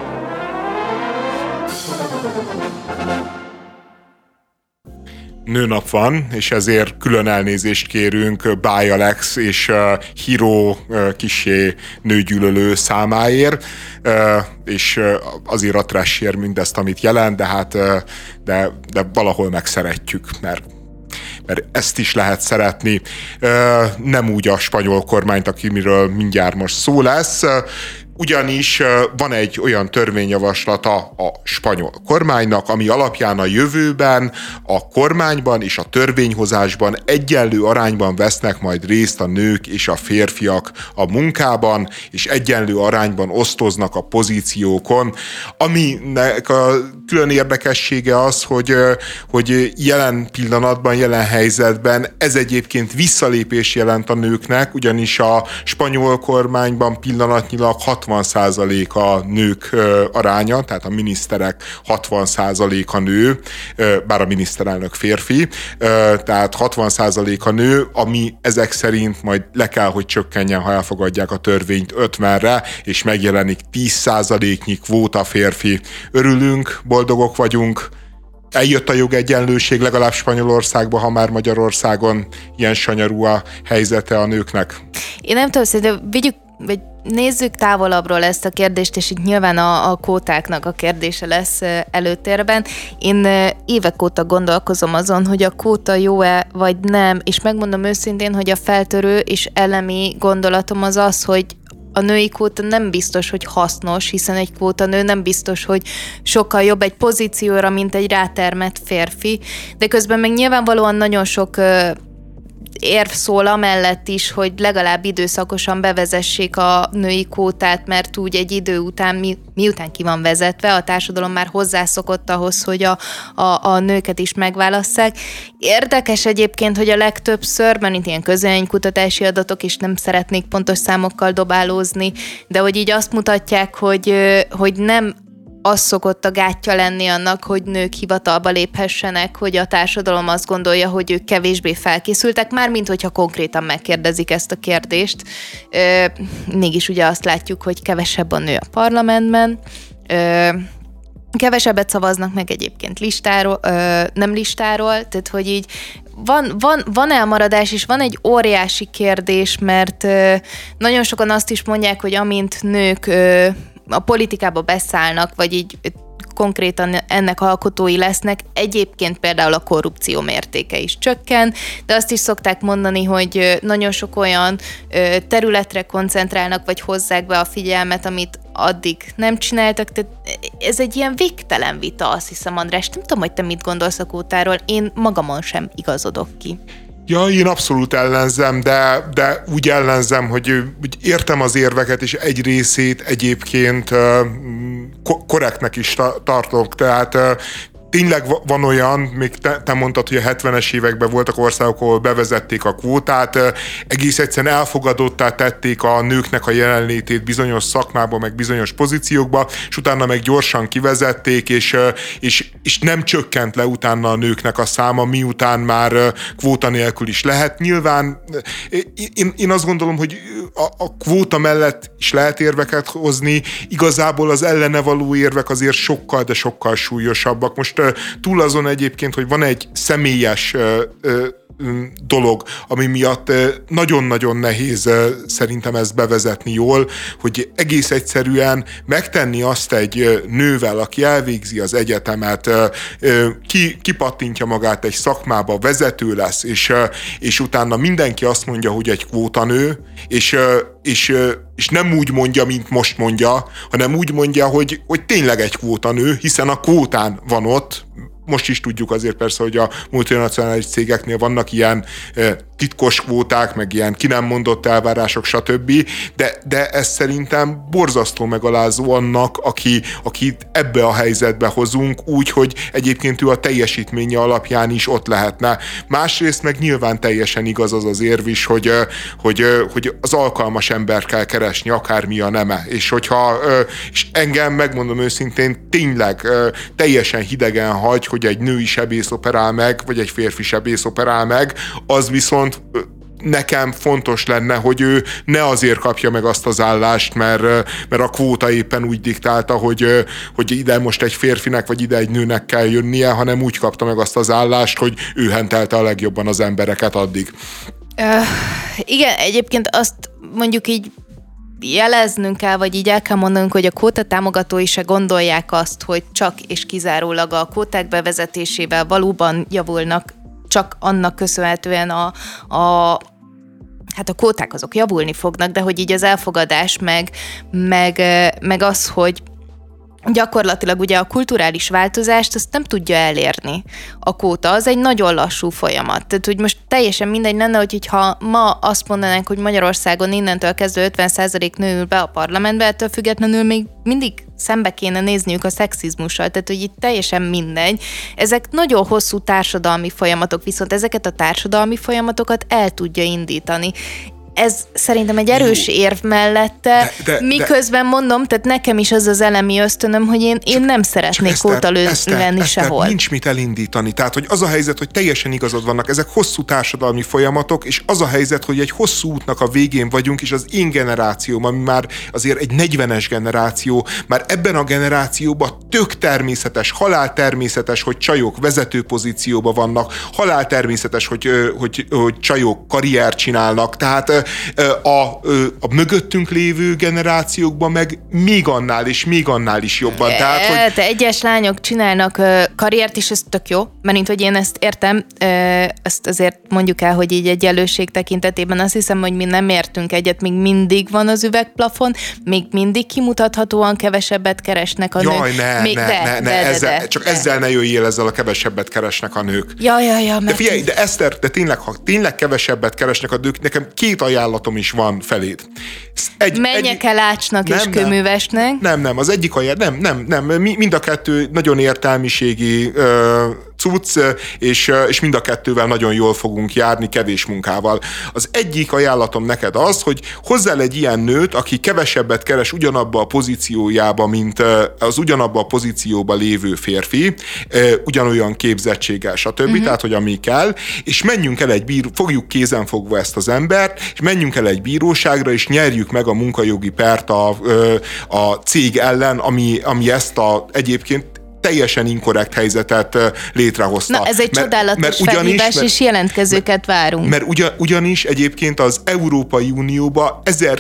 Nőnap van, és ezért külön elnézést kérünk Báj Alex és Hiro kissé nőgyűlölő számáért, és azért a trashért mindezt, amit jelent, de valahol megszeretjük, mert ezt is lehet szeretni. Nem úgy a spanyol kormányt, akimiről mindjárt most szó lesz. ugyanis van egy olyan törvényjavaslata a spanyol kormánynak, ami alapján a jövőben a kormányban és a törvényhozásban egyenlő arányban vesznek majd részt a nők és a férfiak a munkában, és egyenlő arányban osztoznak a pozíciókon, aminek a külön érdekessége az, hogy jelen pillanatban, jelen helyzetben ez egyébként visszalépés jelent a nőknek, ugyanis a spanyol kormányban pillanatnyilag 60% a nők aránya, tehát a miniszterek 60% a nő, bár a miniszterelnök férfi, tehát 60% a nő, ami ezek szerint majd le kell, hogy csökkenjen, ha elfogadják a törvényt 50-re, és megjelenik 10%-nyi kvóta férfi. Örülünk, boldogok vagyunk, eljött a jogegyenlőség legalább Spanyolországba, ha már Magyarországon ilyen sanyarú a helyzete a nőknek. Én nem tudom, szerintem vagy nézzük távolabbról ezt a kérdést, és itt nyilván a kvótáknak a kérdése lesz előtérben. Én évek óta gondolkozom azon, hogy a kvóta jó-e, vagy nem, és megmondom őszintén, hogy a feltörő és elemi gondolatom az, hogy a női kvóta nem biztos, hogy hasznos, hiszen egy kvótanő nem biztos, hogy sokkal jobb egy pozícióra, mint egy rátermett férfi, de közben meg nyilvánvalóan nagyon sok érv szól amellett is, hogy legalább időszakosan bevezessék a női kvótát, mert úgy egy idő után, miután ki van vezetve, a társadalom már hozzászokott ahhoz, hogy a nőket is megválasszák. Érdekes egyébként, hogy a legtöbbször, mert itt ilyen közvéleménykutatási adatok, és nem szeretnék pontos számokkal dobálózni, de hogy így azt mutatják, hogy nem az szokott a gátja lenni annak, hogy nők hivatalba léphessenek, hogy a társadalom azt gondolja, hogy ők kevésbé felkészültek, mármint hogyha konkrétan megkérdezik ezt a kérdést. Mégis ugye azt látjuk, hogy kevesebb a nő a parlamentben, kevesebbet szavaznak meg egyébként listáról, nem listáról, tehát hogy így van elmaradás, és van egy óriási kérdés, mert nagyon sokan azt is mondják, hogy amint nők a politikába beszállnak, vagy így konkrétan ennek alkotói lesznek, egyébként például a korrupció mértéke is csökken, de azt is szokták mondani, hogy nagyon sok olyan területre koncentrálnak, vagy hozzák be a figyelmet, amit addig nem csináltak, tehát ez egy ilyen végtelen vita, azt hiszem, András. Nem tudom, hogy te mit gondolsz a kvótáról, én magamon sem igazodok ki. Ja, én abszolút ellenzem, de úgy ellenzem, hogy értem az érveket, és egy részét egyébként korrektnek is tartok, tehát tényleg van olyan, még te mondtad, hogy a 70-es években voltak országok, ahol bevezették a kvótát, egész egyszerűen elfogadottá tették a nőknek a jelenlétét bizonyos szakmában, meg bizonyos pozíciókba, és utána meg gyorsan kivezették, és nem csökkent le utána a nőknek a száma, miután már kvóta nélkül is lehet. Nyilván én azt gondolom, hogy a kvóta mellett is lehet érveket hozni, igazából az ellene való érvek azért sokkal, de sokkal súlyosabbak. Most túl azon egyébként, hogy van egy személyes dolog, ami miatt nagyon-nagyon nehéz szerintem ezt bevezetni jól, hogy egész egyszerűen megtenni azt egy nővel, aki elvégzi az egyetemet, kipattintja magát egy szakmába, vezető lesz, és utána mindenki azt mondja, hogy egy kvótanő, és nem úgy mondja, mint most mondja, hanem úgy mondja, hogy tényleg egy kvótanő, hiszen a kvótán van ott. Most is tudjuk azért persze, hogy a multinacionális cégeknél vannak ilyen titkos kvóták, meg ilyen ki nem mondott elvárások, stb. De ez szerintem borzasztó megalázó annak, akit ebbe a helyzetbe hozunk, úgy, hogy egyébként ő a teljesítménye alapján is ott lehetne. Másrészt meg nyilván teljesen igaz az az érv is, hogy az alkalmas ember kell keresni, akármi a neme. És engem, megmondom őszintén, tényleg teljesen hidegen hagy, hogy egy női sebész operál meg, vagy egy férfi sebész operál meg, az viszont nekem fontos lenne, hogy ő ne azért kapja meg azt az állást, mert a kvóta éppen úgy diktálta, hogy ide most egy férfinek, vagy ide egy nőnek kell jönnie, hanem úgy kapta meg azt az állást, hogy ő hentelte a legjobban az embereket addig. Igen, egyébként azt mondjuk így jeleznünk kell, vagy így el kell mondanunk, hogy a kvóta támogatói se gondolják azt, hogy csak és kizárólag a kvóták bevezetésével valóban javulnak csak annak köszönhetően hát a kvóták azok javulni fognak, de hogy így az elfogadás, meg az, hogy gyakorlatilag ugye a kulturális változást azt nem tudja elérni a kvóta, az egy nagyon lassú folyamat. Tehát, hogy most teljesen mindegy lenne, hogyha ma azt mondanánk, hogy Magyarországon innentől kezdve 50% nő ül be a parlamentbe, ettől függetlenül még mindig szembe kéne nézniük a szexizmussal, tehát hogy itt teljesen mindegy. Ezek nagyon hosszú társadalmi folyamatok, viszont ezeket a társadalmi folyamatokat el tudja indítani. Ez szerintem egy erős érv mellette, miközben mondom, tehát nekem is az elemi ösztönöm, hogy én nem szeretnék kvótalő lenni sehol. Nincs mit elindítani. Tehát, hogy az a helyzet, hogy teljesen igazad vannak, ezek hosszú társadalmi folyamatok, és az a helyzet, hogy egy hosszú útnak a végén vagyunk, és az én generációm, ami már azért egy 40-es generáció, már ebben a generációban tök természetes, haláltermészetes, hogy csajok vezető pozícióban vannak, haláltermészetes, hogy csajok karriert csinálnak, tehát a mögöttünk lévő generációkban meg még annál is jobban. Tehát, hogy... Te egyes lányok csinálnak karriert is, ez tök jó, mert hogy én ezt értem, ezt azért mondjuk el, hogy így egyenlőség tekintetében azt hiszem, hogy mi nem értünk egyet, még mindig van az üvegplafon, még mindig kimutathatóan kevesebbet keresnek a nők. Jaj, csak ezzel ne jöjjél, ezzel a kevesebbet keresnek a nők. Ja. De figyelj, de Eszter, de tényleg, ha tényleg kevesebbet keresnek a nők, nekem 2 ajánlatom is van feléd. Menjek el Ácsnak és Kőművesnek. Nem, az egyik nem. Mind a kettő nagyon értelmiségi cucc, és mind a kettővel nagyon jól fogunk járni, kevés munkával. Az egyik ajánlatom neked az, hogy hozzál egy ilyen nőt, aki kevesebbet keres ugyanabba a pozíciójába, mint az ugyanabba a pozícióba lévő férfi, ugyanolyan képzettséggel, stb., tehát, hogy ami kell, és menjünk el fogjuk kézenfogva ezt az embert, és menjünk el egy bíróságra, és nyerjük meg a munkajogi pert a cég ellen, ami ezt egyébként teljesen inkorrekt helyzetet létrehozta. Na, ez egy csodálatos felhívás, és jelentkezőket várunk. Mert ugyanis egyébként az Európai Unióban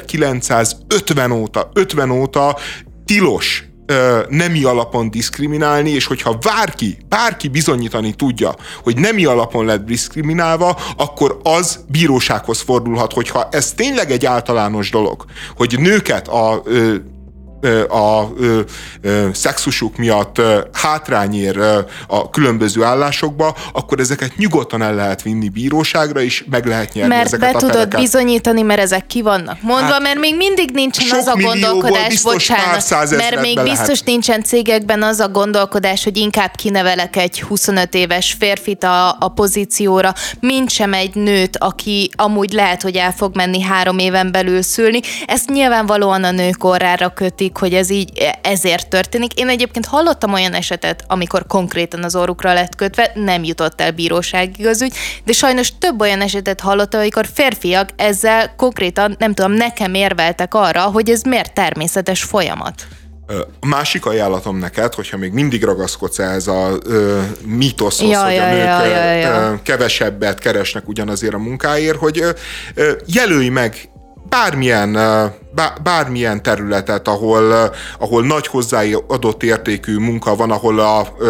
1950 óta tilos nemi alapon diszkriminálni, és hogyha bárki bizonyítani tudja, hogy nemi alapon lett diszkriminálva, akkor az bírósághoz fordulhat, hogyha ez tényleg egy általános dolog, hogy nőket a szexusuk miatt hátrány ér a különböző állásokba, akkor ezeket nyugodtan el lehet vinni bíróságra, és meg lehet nyerni ezeket a pereket. Mert be tudod bizonyítani, mert ezek ki vannak mondva, mert még mindig nincsen az a gondolkodás, bocsánat, mert még biztos nincsen cégekben az a gondolkodás, hogy inkább kinevelek egy 25 éves férfit a pozícióra, mint sem egy nőt, aki amúgy lehet, hogy el fog menni 3 éven belül szülni. Ezt nyilvánvalóan a nők orrára kötik, hogy ez így ezért történik. Én egyébként hallottam olyan esetet, amikor konkrétan az orrukra lett kötve, nem jutott el bíróságig az ügy, de sajnos több olyan esetet hallottam, amikor férfiak ezzel konkrétan, nem tudom, nekem érveltek arra, hogy ez miért természetes folyamat. A másik ajánlatom neked, hogyha még mindig ragaszkodsz ehhez a mítoszhoz, hogy a nők kevesebbet keresnek ugyanazért a munkáért, hogy jelölj meg bármilyen területet, ahol nagy hozzáadott értékű munka van, ahol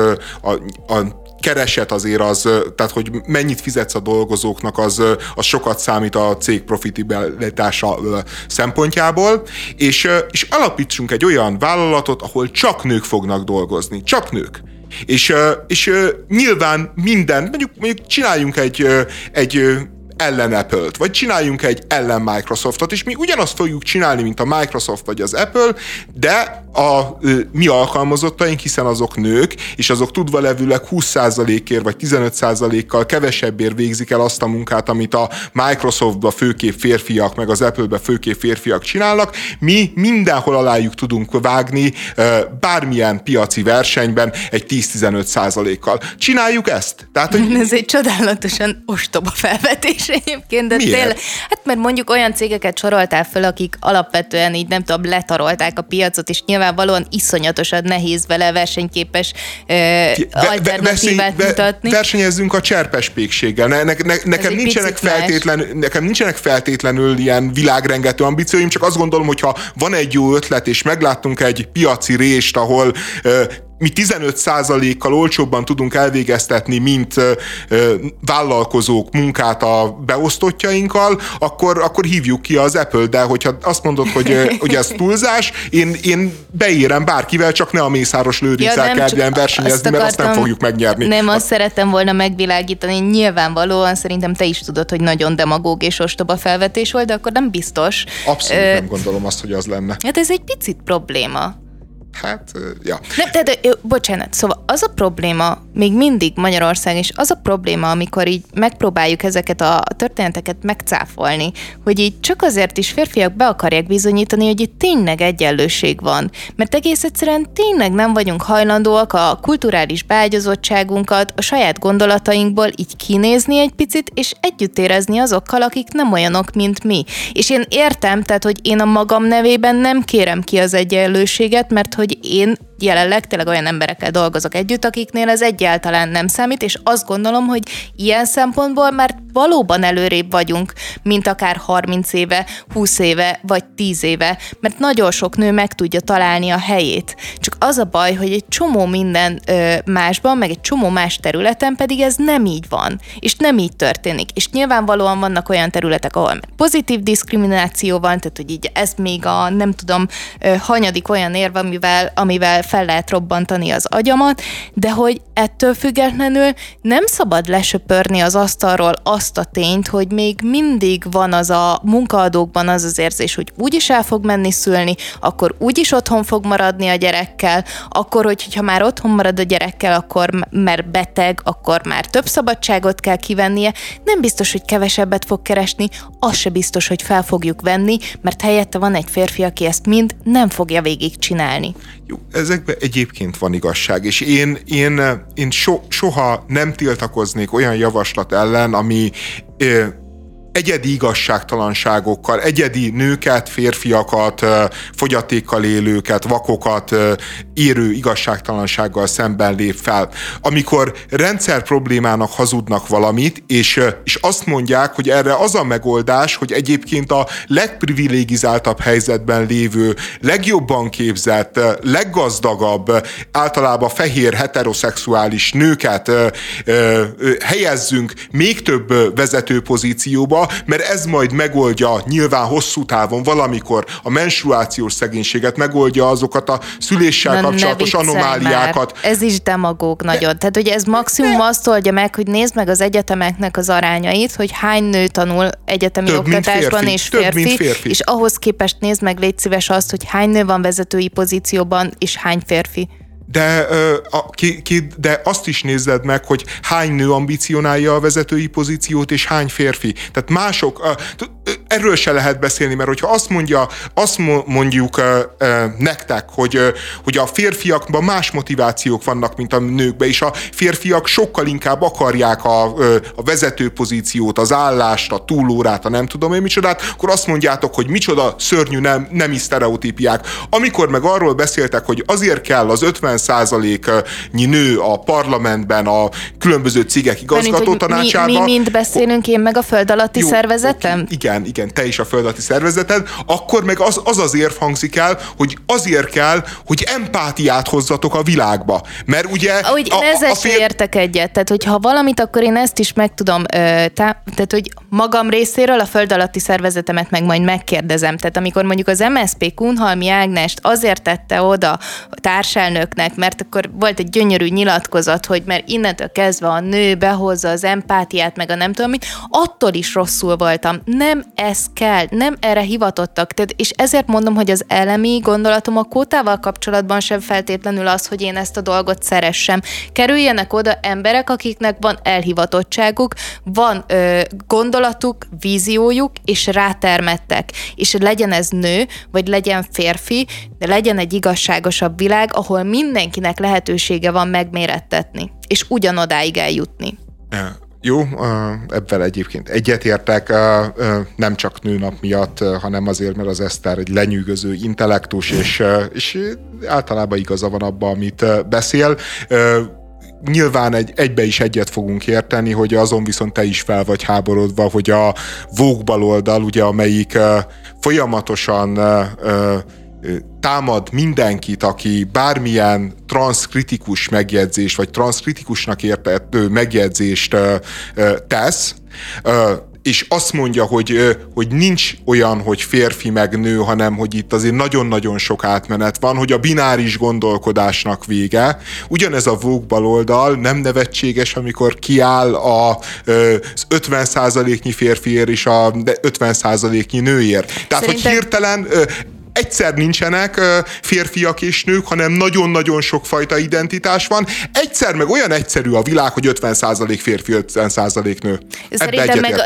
a kereset azért tehát hogy mennyit fizetsz a dolgozóknak, az sokat számít a cég profitabilitása szempontjából, és alapítsunk egy olyan vállalatot, ahol csak nők fognak dolgozni. Csak nők. És nyilván mondjuk csináljunk egy ellen Apple-t, vagy csináljunk egy ellen Microsoftot, és mi ugyanazt fogjuk csinálni, mint a Microsoft vagy az Apple, de mi alkalmazottaink, hiszen azok nők, és azok tudva levőleg 20%-ért vagy 15%-kal kevesebbért végzik el azt a munkát, amit a Microsoftba főképp férfiak, meg az Apple-be főképp férfiak csinálnak. Mi mindenhol alájuk tudunk vágni bármilyen piaci versenyben egy 10-15%-kal. Csináljuk ezt? Tehát, hogy... Ez egy csodálatosan ostoba felvetés egyébként, de tényleg, hát mert mondjuk olyan cégeket soroltál föl, akik alapvetően így nem tudom, letarolták a piacot, és nyilvánvalóan iszonyatosan nehéz vele versenyképes alternatívát mutatni. Versenyezzünk a cserpespékséggel. Nekem nincsenek feltétlenül ilyen világrengető ambícióim, csak azt gondolom, hogyha van egy jó ötlet, és megláttunk egy piaci rést, ahol mi 15%-kal olcsóbban tudunk elvégeztetni, mint vállalkozók munkát a beosztottjainkkal, akkor hívjuk ki az Apple, de hogyha azt mondod, hogy ez túlzás, én beérem bárkivel, csak ne a Mészáros Lőrinczel kell versenyezni, mert azt nem fogjuk megnyerni. Nem, azt szerettem volna megvilágítani, nyilvánvalóan szerintem te is tudod, hogy nagyon demagóg és ostoba felvetés volt, de akkor nem biztos. Abszolút nem gondolom azt, hogy az lenne. Hát ez egy picit probléma. Hát, ja. Nem, bocsánat, szóval az a probléma még mindig Magyarország, és az a probléma, amikor így megpróbáljuk ezeket a történeteket megcáfolni, hogy így csak azért is férfiak be akarják bizonyítani, hogy itt tényleg egyenlőség van. Mert egész egyszerűen tényleg nem vagyunk hajlandóak a kulturális beágyazottságunkat, a saját gondolatainkból így kinézni egy picit, és együtt érezni azokkal, akik nem olyanok, mint mi. És én értem, tehát, hogy én a magam nevében nem kérem ki az egyenlőséget, mert hogy én jelenleg tényleg olyan emberekkel dolgozok együtt, akiknél ez egyáltalán nem számít, és azt gondolom, hogy ilyen szempontból már valóban előrébb vagyunk, mint akár 30 éve, 20 éve, vagy 10 éve, mert nagyon sok nő meg tudja találni a helyét. Csak az a baj, hogy egy csomó minden másban, meg egy csomó más területen pedig ez nem így van, és nem így történik. És nyilvánvalóan vannak olyan területek, ahol pozitív diszkrimináció van, tehát hogy így ez még a nem tudom, hanyadik olyan érv, amivel fel lehet robbantani az agyamat, de hogy ettől függetlenül nem szabad lesöpörni az asztalról azt a tényt, hogy még mindig van az a munkaadókban az az érzés, hogy úgyis el fog menni szülni, akkor úgyis otthon fog maradni a gyerekkel, akkor, hogyha már otthon marad a gyerekkel, akkor mert beteg, akkor már több szabadságot kell kivennie, nem biztos, hogy kevesebbet fog keresni, az se biztos, hogy fel fogjuk venni, mert helyette van egy férfi, aki ezt mind nem fogja végigcsinálni. Jó, ezekben egyébként van igazság, és én soha nem tiltakoznék olyan javaslat ellen, ami egyedi igazságtalanságokkal, egyedi nőket, férfiakat, fogyatékkal élőket, vakokat érő igazságtalansággal szemben lép fel. Amikor rendszer problémának hazudnak valamit, és azt mondják, hogy erre az a megoldás, hogy egyébként a legprivilegizáltabb helyzetben lévő, legjobban képzett, leggazdagabb, általában fehér, heteroszexuális nőket helyezzünk még több vezető pozícióba, mert ez majd megoldja nyilván hosszú távon valamikor a menstruációs szegénységet, megoldja azokat a szüléssel kapcsolatos anomáliákat. Már. Ez is demagóg nagyon. Tehát, hogy ez maximum azt oldja meg, hogy nézd meg az egyetemeknek az arányait, hogy hány nő tanul egyetemi oktatásban és férfi, és ahhoz képest nézd meg, légy szíves azt, hogy hány nő van vezetői pozícióban, és hány férfi. De azt is nézzed meg, hogy hány nő ambicionálja a vezetői pozíciót, és hány férfi. Tehát mások, erről se lehet beszélni, mert hogyha azt mondjuk nektek, hogy a férfiakban más motivációk vannak, mint a nőkben, és a férfiak sokkal inkább akarják a vezető pozíciót, az állást, a túlórát, a nem tudom én micsodát, akkor azt mondjátok, hogy micsoda szörnyű nemi sztereotípiák. Amikor meg arról beszéltek, hogy azért kell az 50%-nyi nő a parlamentben, a különböző cégek igazgató tanácsában. Mi mind beszélünk, én meg a föld alatti szervezetem? Igen, te is a föld alatti szervezeted, akkor meg az érv hangzik el, hogy azért kell, hogy empátiát hozzatok a világba. Mert ugye... Ezzel se értek egyet. Tehát, hogyha valamit, akkor én ezt is meg tudom, tehát, hogy magam részéről a föld alatti szervezetemet meg majd megkérdezem. Tehát, amikor mondjuk az MSZP Kunhalmi Ágnest azért tette oda a társelnöknek, mert akkor volt egy gyönyörű nyilatkozat, hogy mert innentől kezdve a nő behozza az empátiát, meg a nem tudom mit, attól is rosszul voltam. Nem ez kell, nem erre hivatottak. Tehát, és ezért mondom, hogy az elemi gondolatom a kvótával kapcsolatban sem feltétlenül az, hogy én ezt a dolgot szeressem. Kerüljenek oda emberek, akiknek van elhivatottságuk, van gondolatuk, víziójuk, és rátermettek. És legyen ez nő, vagy legyen férfi, de legyen egy igazságosabb világ, ahol mindenkinek lehetősége van megmérettetni, és ugyanodáig eljutni. Jó, ebben egyébként egyetértek, nem csak nőnap miatt, hanem azért, mert az Eszter egy lenyűgöző intellektus, és általában igaza van abban, amit beszél. Nyilván egybe is egyet fogunk érteni, hogy azon viszont te is fel vagy háborodva, hogy a woke baloldal, ugye, amelyik folyamatosan támad mindenkit, aki bármilyen transzkritikus megjegyzést, vagy transzkritikusnak értető megjegyzést tesz, és azt mondja, hogy nincs olyan, hogy férfi meg nő, hanem hogy itt azért nagyon-nagyon sok átmenet van, hogy a bináris gondolkodásnak vége. Ugyanez a woke baloldal nem nevetséges, amikor kiáll az 50%-nyi férfiért és a 50%-nyi nőért. Tehát, hogy hirtelen egyszer nincsenek férfiak és nők, hanem nagyon-nagyon sokfajta identitás van. Egyszer meg olyan egyszerű a világ, hogy 50% férfi, 50% nő. Szerintem meg...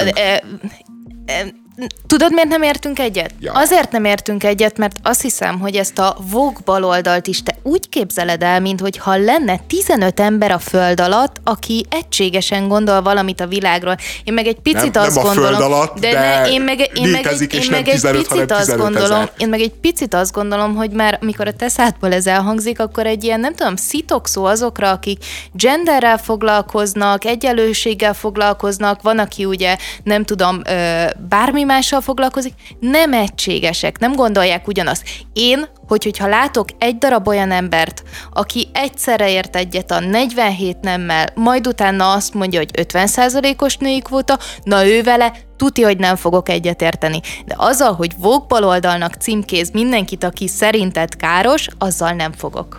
Tudod, miért nem értünk egyet? Ja. Azért nem értünk egyet, mert azt hiszem, hogy ezt a woke baloldalt is te úgy képzeled el, mintha lenne 15 ember a föld alatt, aki egységesen gondol valamit a világról. Én meg egy picit azt gondolom... Nem a föld alatt, de létezik, és nem 15, hanem 15 000. Én meg egy picit azt gondolom, hogy már amikor a te szádból ez elhangzik, akkor egy ilyen, nem tudom, szitokszó azokra, akik genderrel foglalkoznak, egyenlőséggel foglalkoznak, van, aki ugye, nem tudom, bármi mással foglalkozik, nem egységesek, nem gondolják ugyanazt. Én, hogyha látok egy darab olyan embert, aki egyszerre ért egyet a 47 nemmel, majd utána azt mondja, hogy 50%-os női kvóta, na ő vele tuti, hogy nem fogok egyetérteni. De azzal, hogy woke baloldalnak címkéz mindenkit, aki szerinted káros, azzal nem fogok.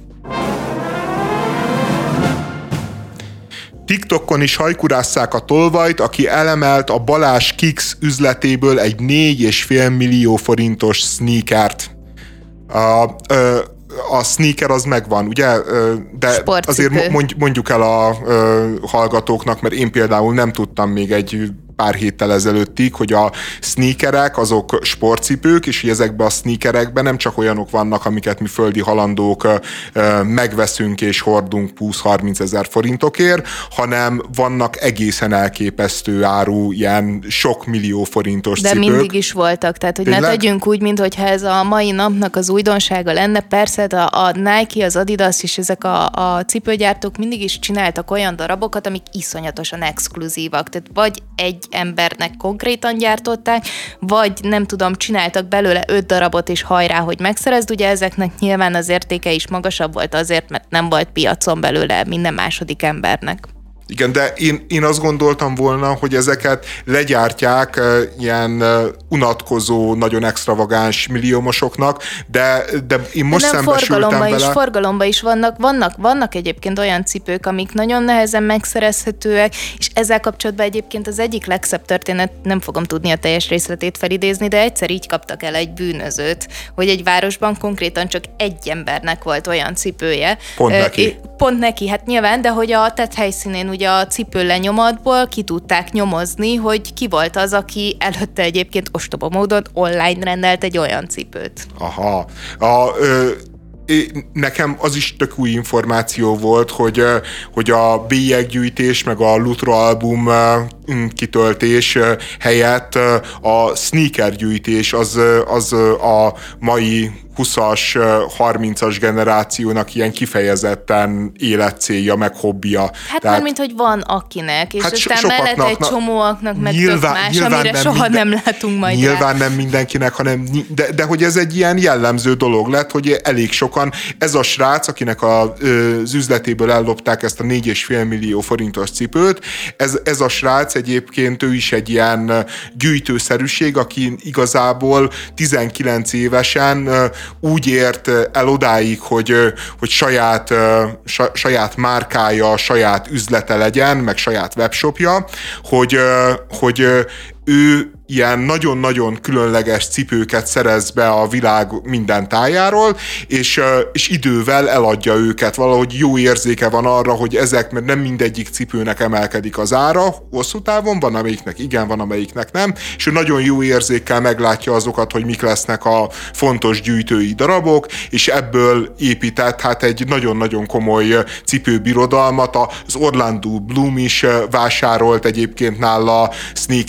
TikTokon is hajkurásszák a tolvajt, aki elemelt a Balázs Kicks üzletéből egy 4,5 millió forintos sneakert. A sneaker az megvan, ugye? De sportcipő. Azért mondjuk el a hallgatóknak, mert én például nem tudtam még egy pár héttel ezelőttig, hogy a sneakerek azok sportcipők, és hogy ezekben a sneakerekben nem csak olyanok vannak, amiket mi földi halandók megveszünk és hordunk 20-30 ezer forintokért, hanem vannak egészen elképesztő áru, ilyen sok millió forintos de cipők. De mindig is voltak, tehát hogy ne tegyünk úgy, mintha ez a mai napnak az újdonsága lenne. Persze a Nike, az Adidas és ezek a cipőgyártók mindig is csináltak olyan darabokat, amik iszonyatosan exkluzívak, tehát vagy egy embernek konkrétan gyártották, vagy nem tudom, csináltak belőle 5 darabot, és hajrá, hogy megszerezd. Ugye ezeknek nyilván az értéke is magasabb volt azért, mert nem volt piacon belőle minden második embernek. Igen, de én azt gondoltam volna, hogy ezeket legyártják ilyen unatkozó, nagyon extravagáns milliómosoknak, de én most szembesültem vele. Forgalomban is vannak egyébként olyan cipők, amik nagyon nehezen megszerezhetőek, és ezzel kapcsolatban egyébként az egyik legszebb történet, nem fogom tudni a teljes részletét felidézni, de egyszer így kaptak el egy bűnözőt, hogy egy városban konkrétan csak egy embernek volt olyan cipője. Pont neki, hát nyilván, de hogy a tett helyszínén ugye a cipő lenyomatból ki tudták nyomozni, hogy ki volt az, aki előtte egyébként ostoba módon online rendelt egy olyan cipőt. Aha. Nekem az is tök új információ volt, hogy a bélyeggyűjtés meg a Lutra album kitöltés helyett a sneaker gyűjtés az a mai 20-as, 30-as generációnak ilyen kifejezetten életcélja, meg hobbija. Hát már mint hogy van akinek, és hát aztán mellett egy csomóaknak meg tök más, amire soha nem látunk majd nyilván nem mindenkinek, hanem de hogy ez egy ilyen jellemző dolog lett, hogy elég sokan, ez a srác, akinek az üzletéből ellopták ezt a 4,5 millió forintos cipőt, ez a srác egyébként ő is egy ilyen gyűjtőszerűség, aki igazából 19 évesen úgy ért el odáig, hogy saját márkája, saját üzlete legyen, meg saját webshopja, hogy ő ilyen nagyon-nagyon különleges cipőket szerez be a világ minden tájáról, és idővel eladja őket. Valahogy jó érzéke van arra, hogy ezek, mert nem mindegyik cipőnek emelkedik az ára hosszú távon, van amelyiknek igen, van amelyiknek nem, és ő nagyon jó érzékkel meglátja azokat, hogy mik lesznek a fontos gyűjtői darabok, és ebből épített hát egy nagyon-nagyon komoly cipőbirodalmat. Az Orlando Bloom is vásárolt egyébként nála sneakers-t,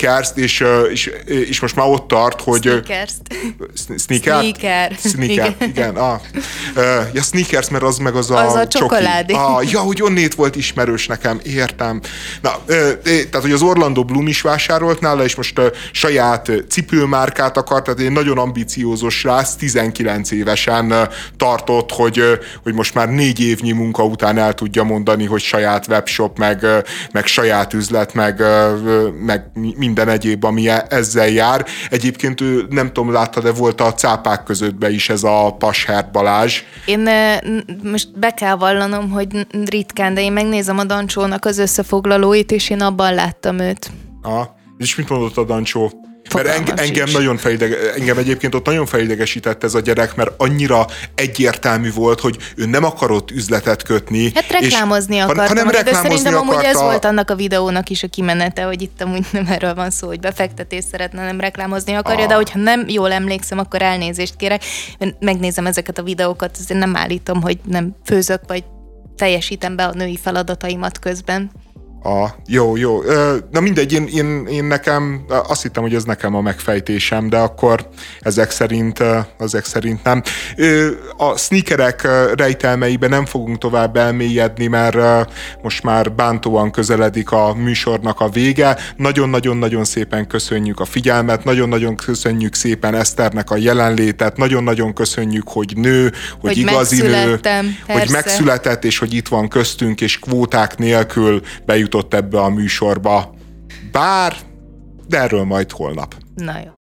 és most már ott tart, hogy... Sneaker. Igen. Ja, Snickers, mert az meg az a csokoládé. Ja, hogy onnét volt ismerős nekem, értem. Na, tehát, hogy az Orlando Bloom is vásárolt nála, és most saját cipőmárkát akart, tehát egy nagyon ambiciózus srác, 19 évesen tartott, hogy most már 4 évnyi munka után el tudja mondani, hogy saját webshop, meg saját üzlet, meg minden egyéb, ami ezzel jár. Egyébként nem tudom, láttad, de volt a cápák közöttben is ez a Pashert Balázs. Én most be kell vallanom, hogy ritkán, de én megnézem a Dancsónak az összefoglalóit, és én abban láttam őt. És mit mondott a Dancsó? Mert engem egyébként ott nagyon felidegesített ez a gyerek, mert annyira egyértelmű volt, hogy ő nem akarott üzletet kötni. Hát reklámozni akartam, de szerintem amúgy ez volt annak a videónak is a kimenete, hogy itt amúgy nem erről van szó, hogy befektetést szeretne, nem reklámozni akarja, de hogyha nem jól emlékszem, akkor elnézést kérek. Megnézem ezeket a videókat, azért nem állítom, hogy nem főzök, vagy teljesítem be a női feladataimat közben. Jó. Na mindegy, én nekem, azt hittem, hogy ez nekem a megfejtésem, de akkor ezek szerint nem. A sneakerek rejtelmeibe nem fogunk tovább elmélyedni, mert most már bántóan közeledik a műsornak a vége. Nagyon-nagyon-nagyon szépen köszönjük a figyelmet, nagyon-nagyon köszönjük szépen Eszternek a jelenlétet, nagyon-nagyon köszönjük, hogy nő, hogy igazi nő, hogy megszületett, és hogy itt van köztünk, és kvóták nélkül bejutott ebbe a műsorba. De erről majd holnap. Na jó.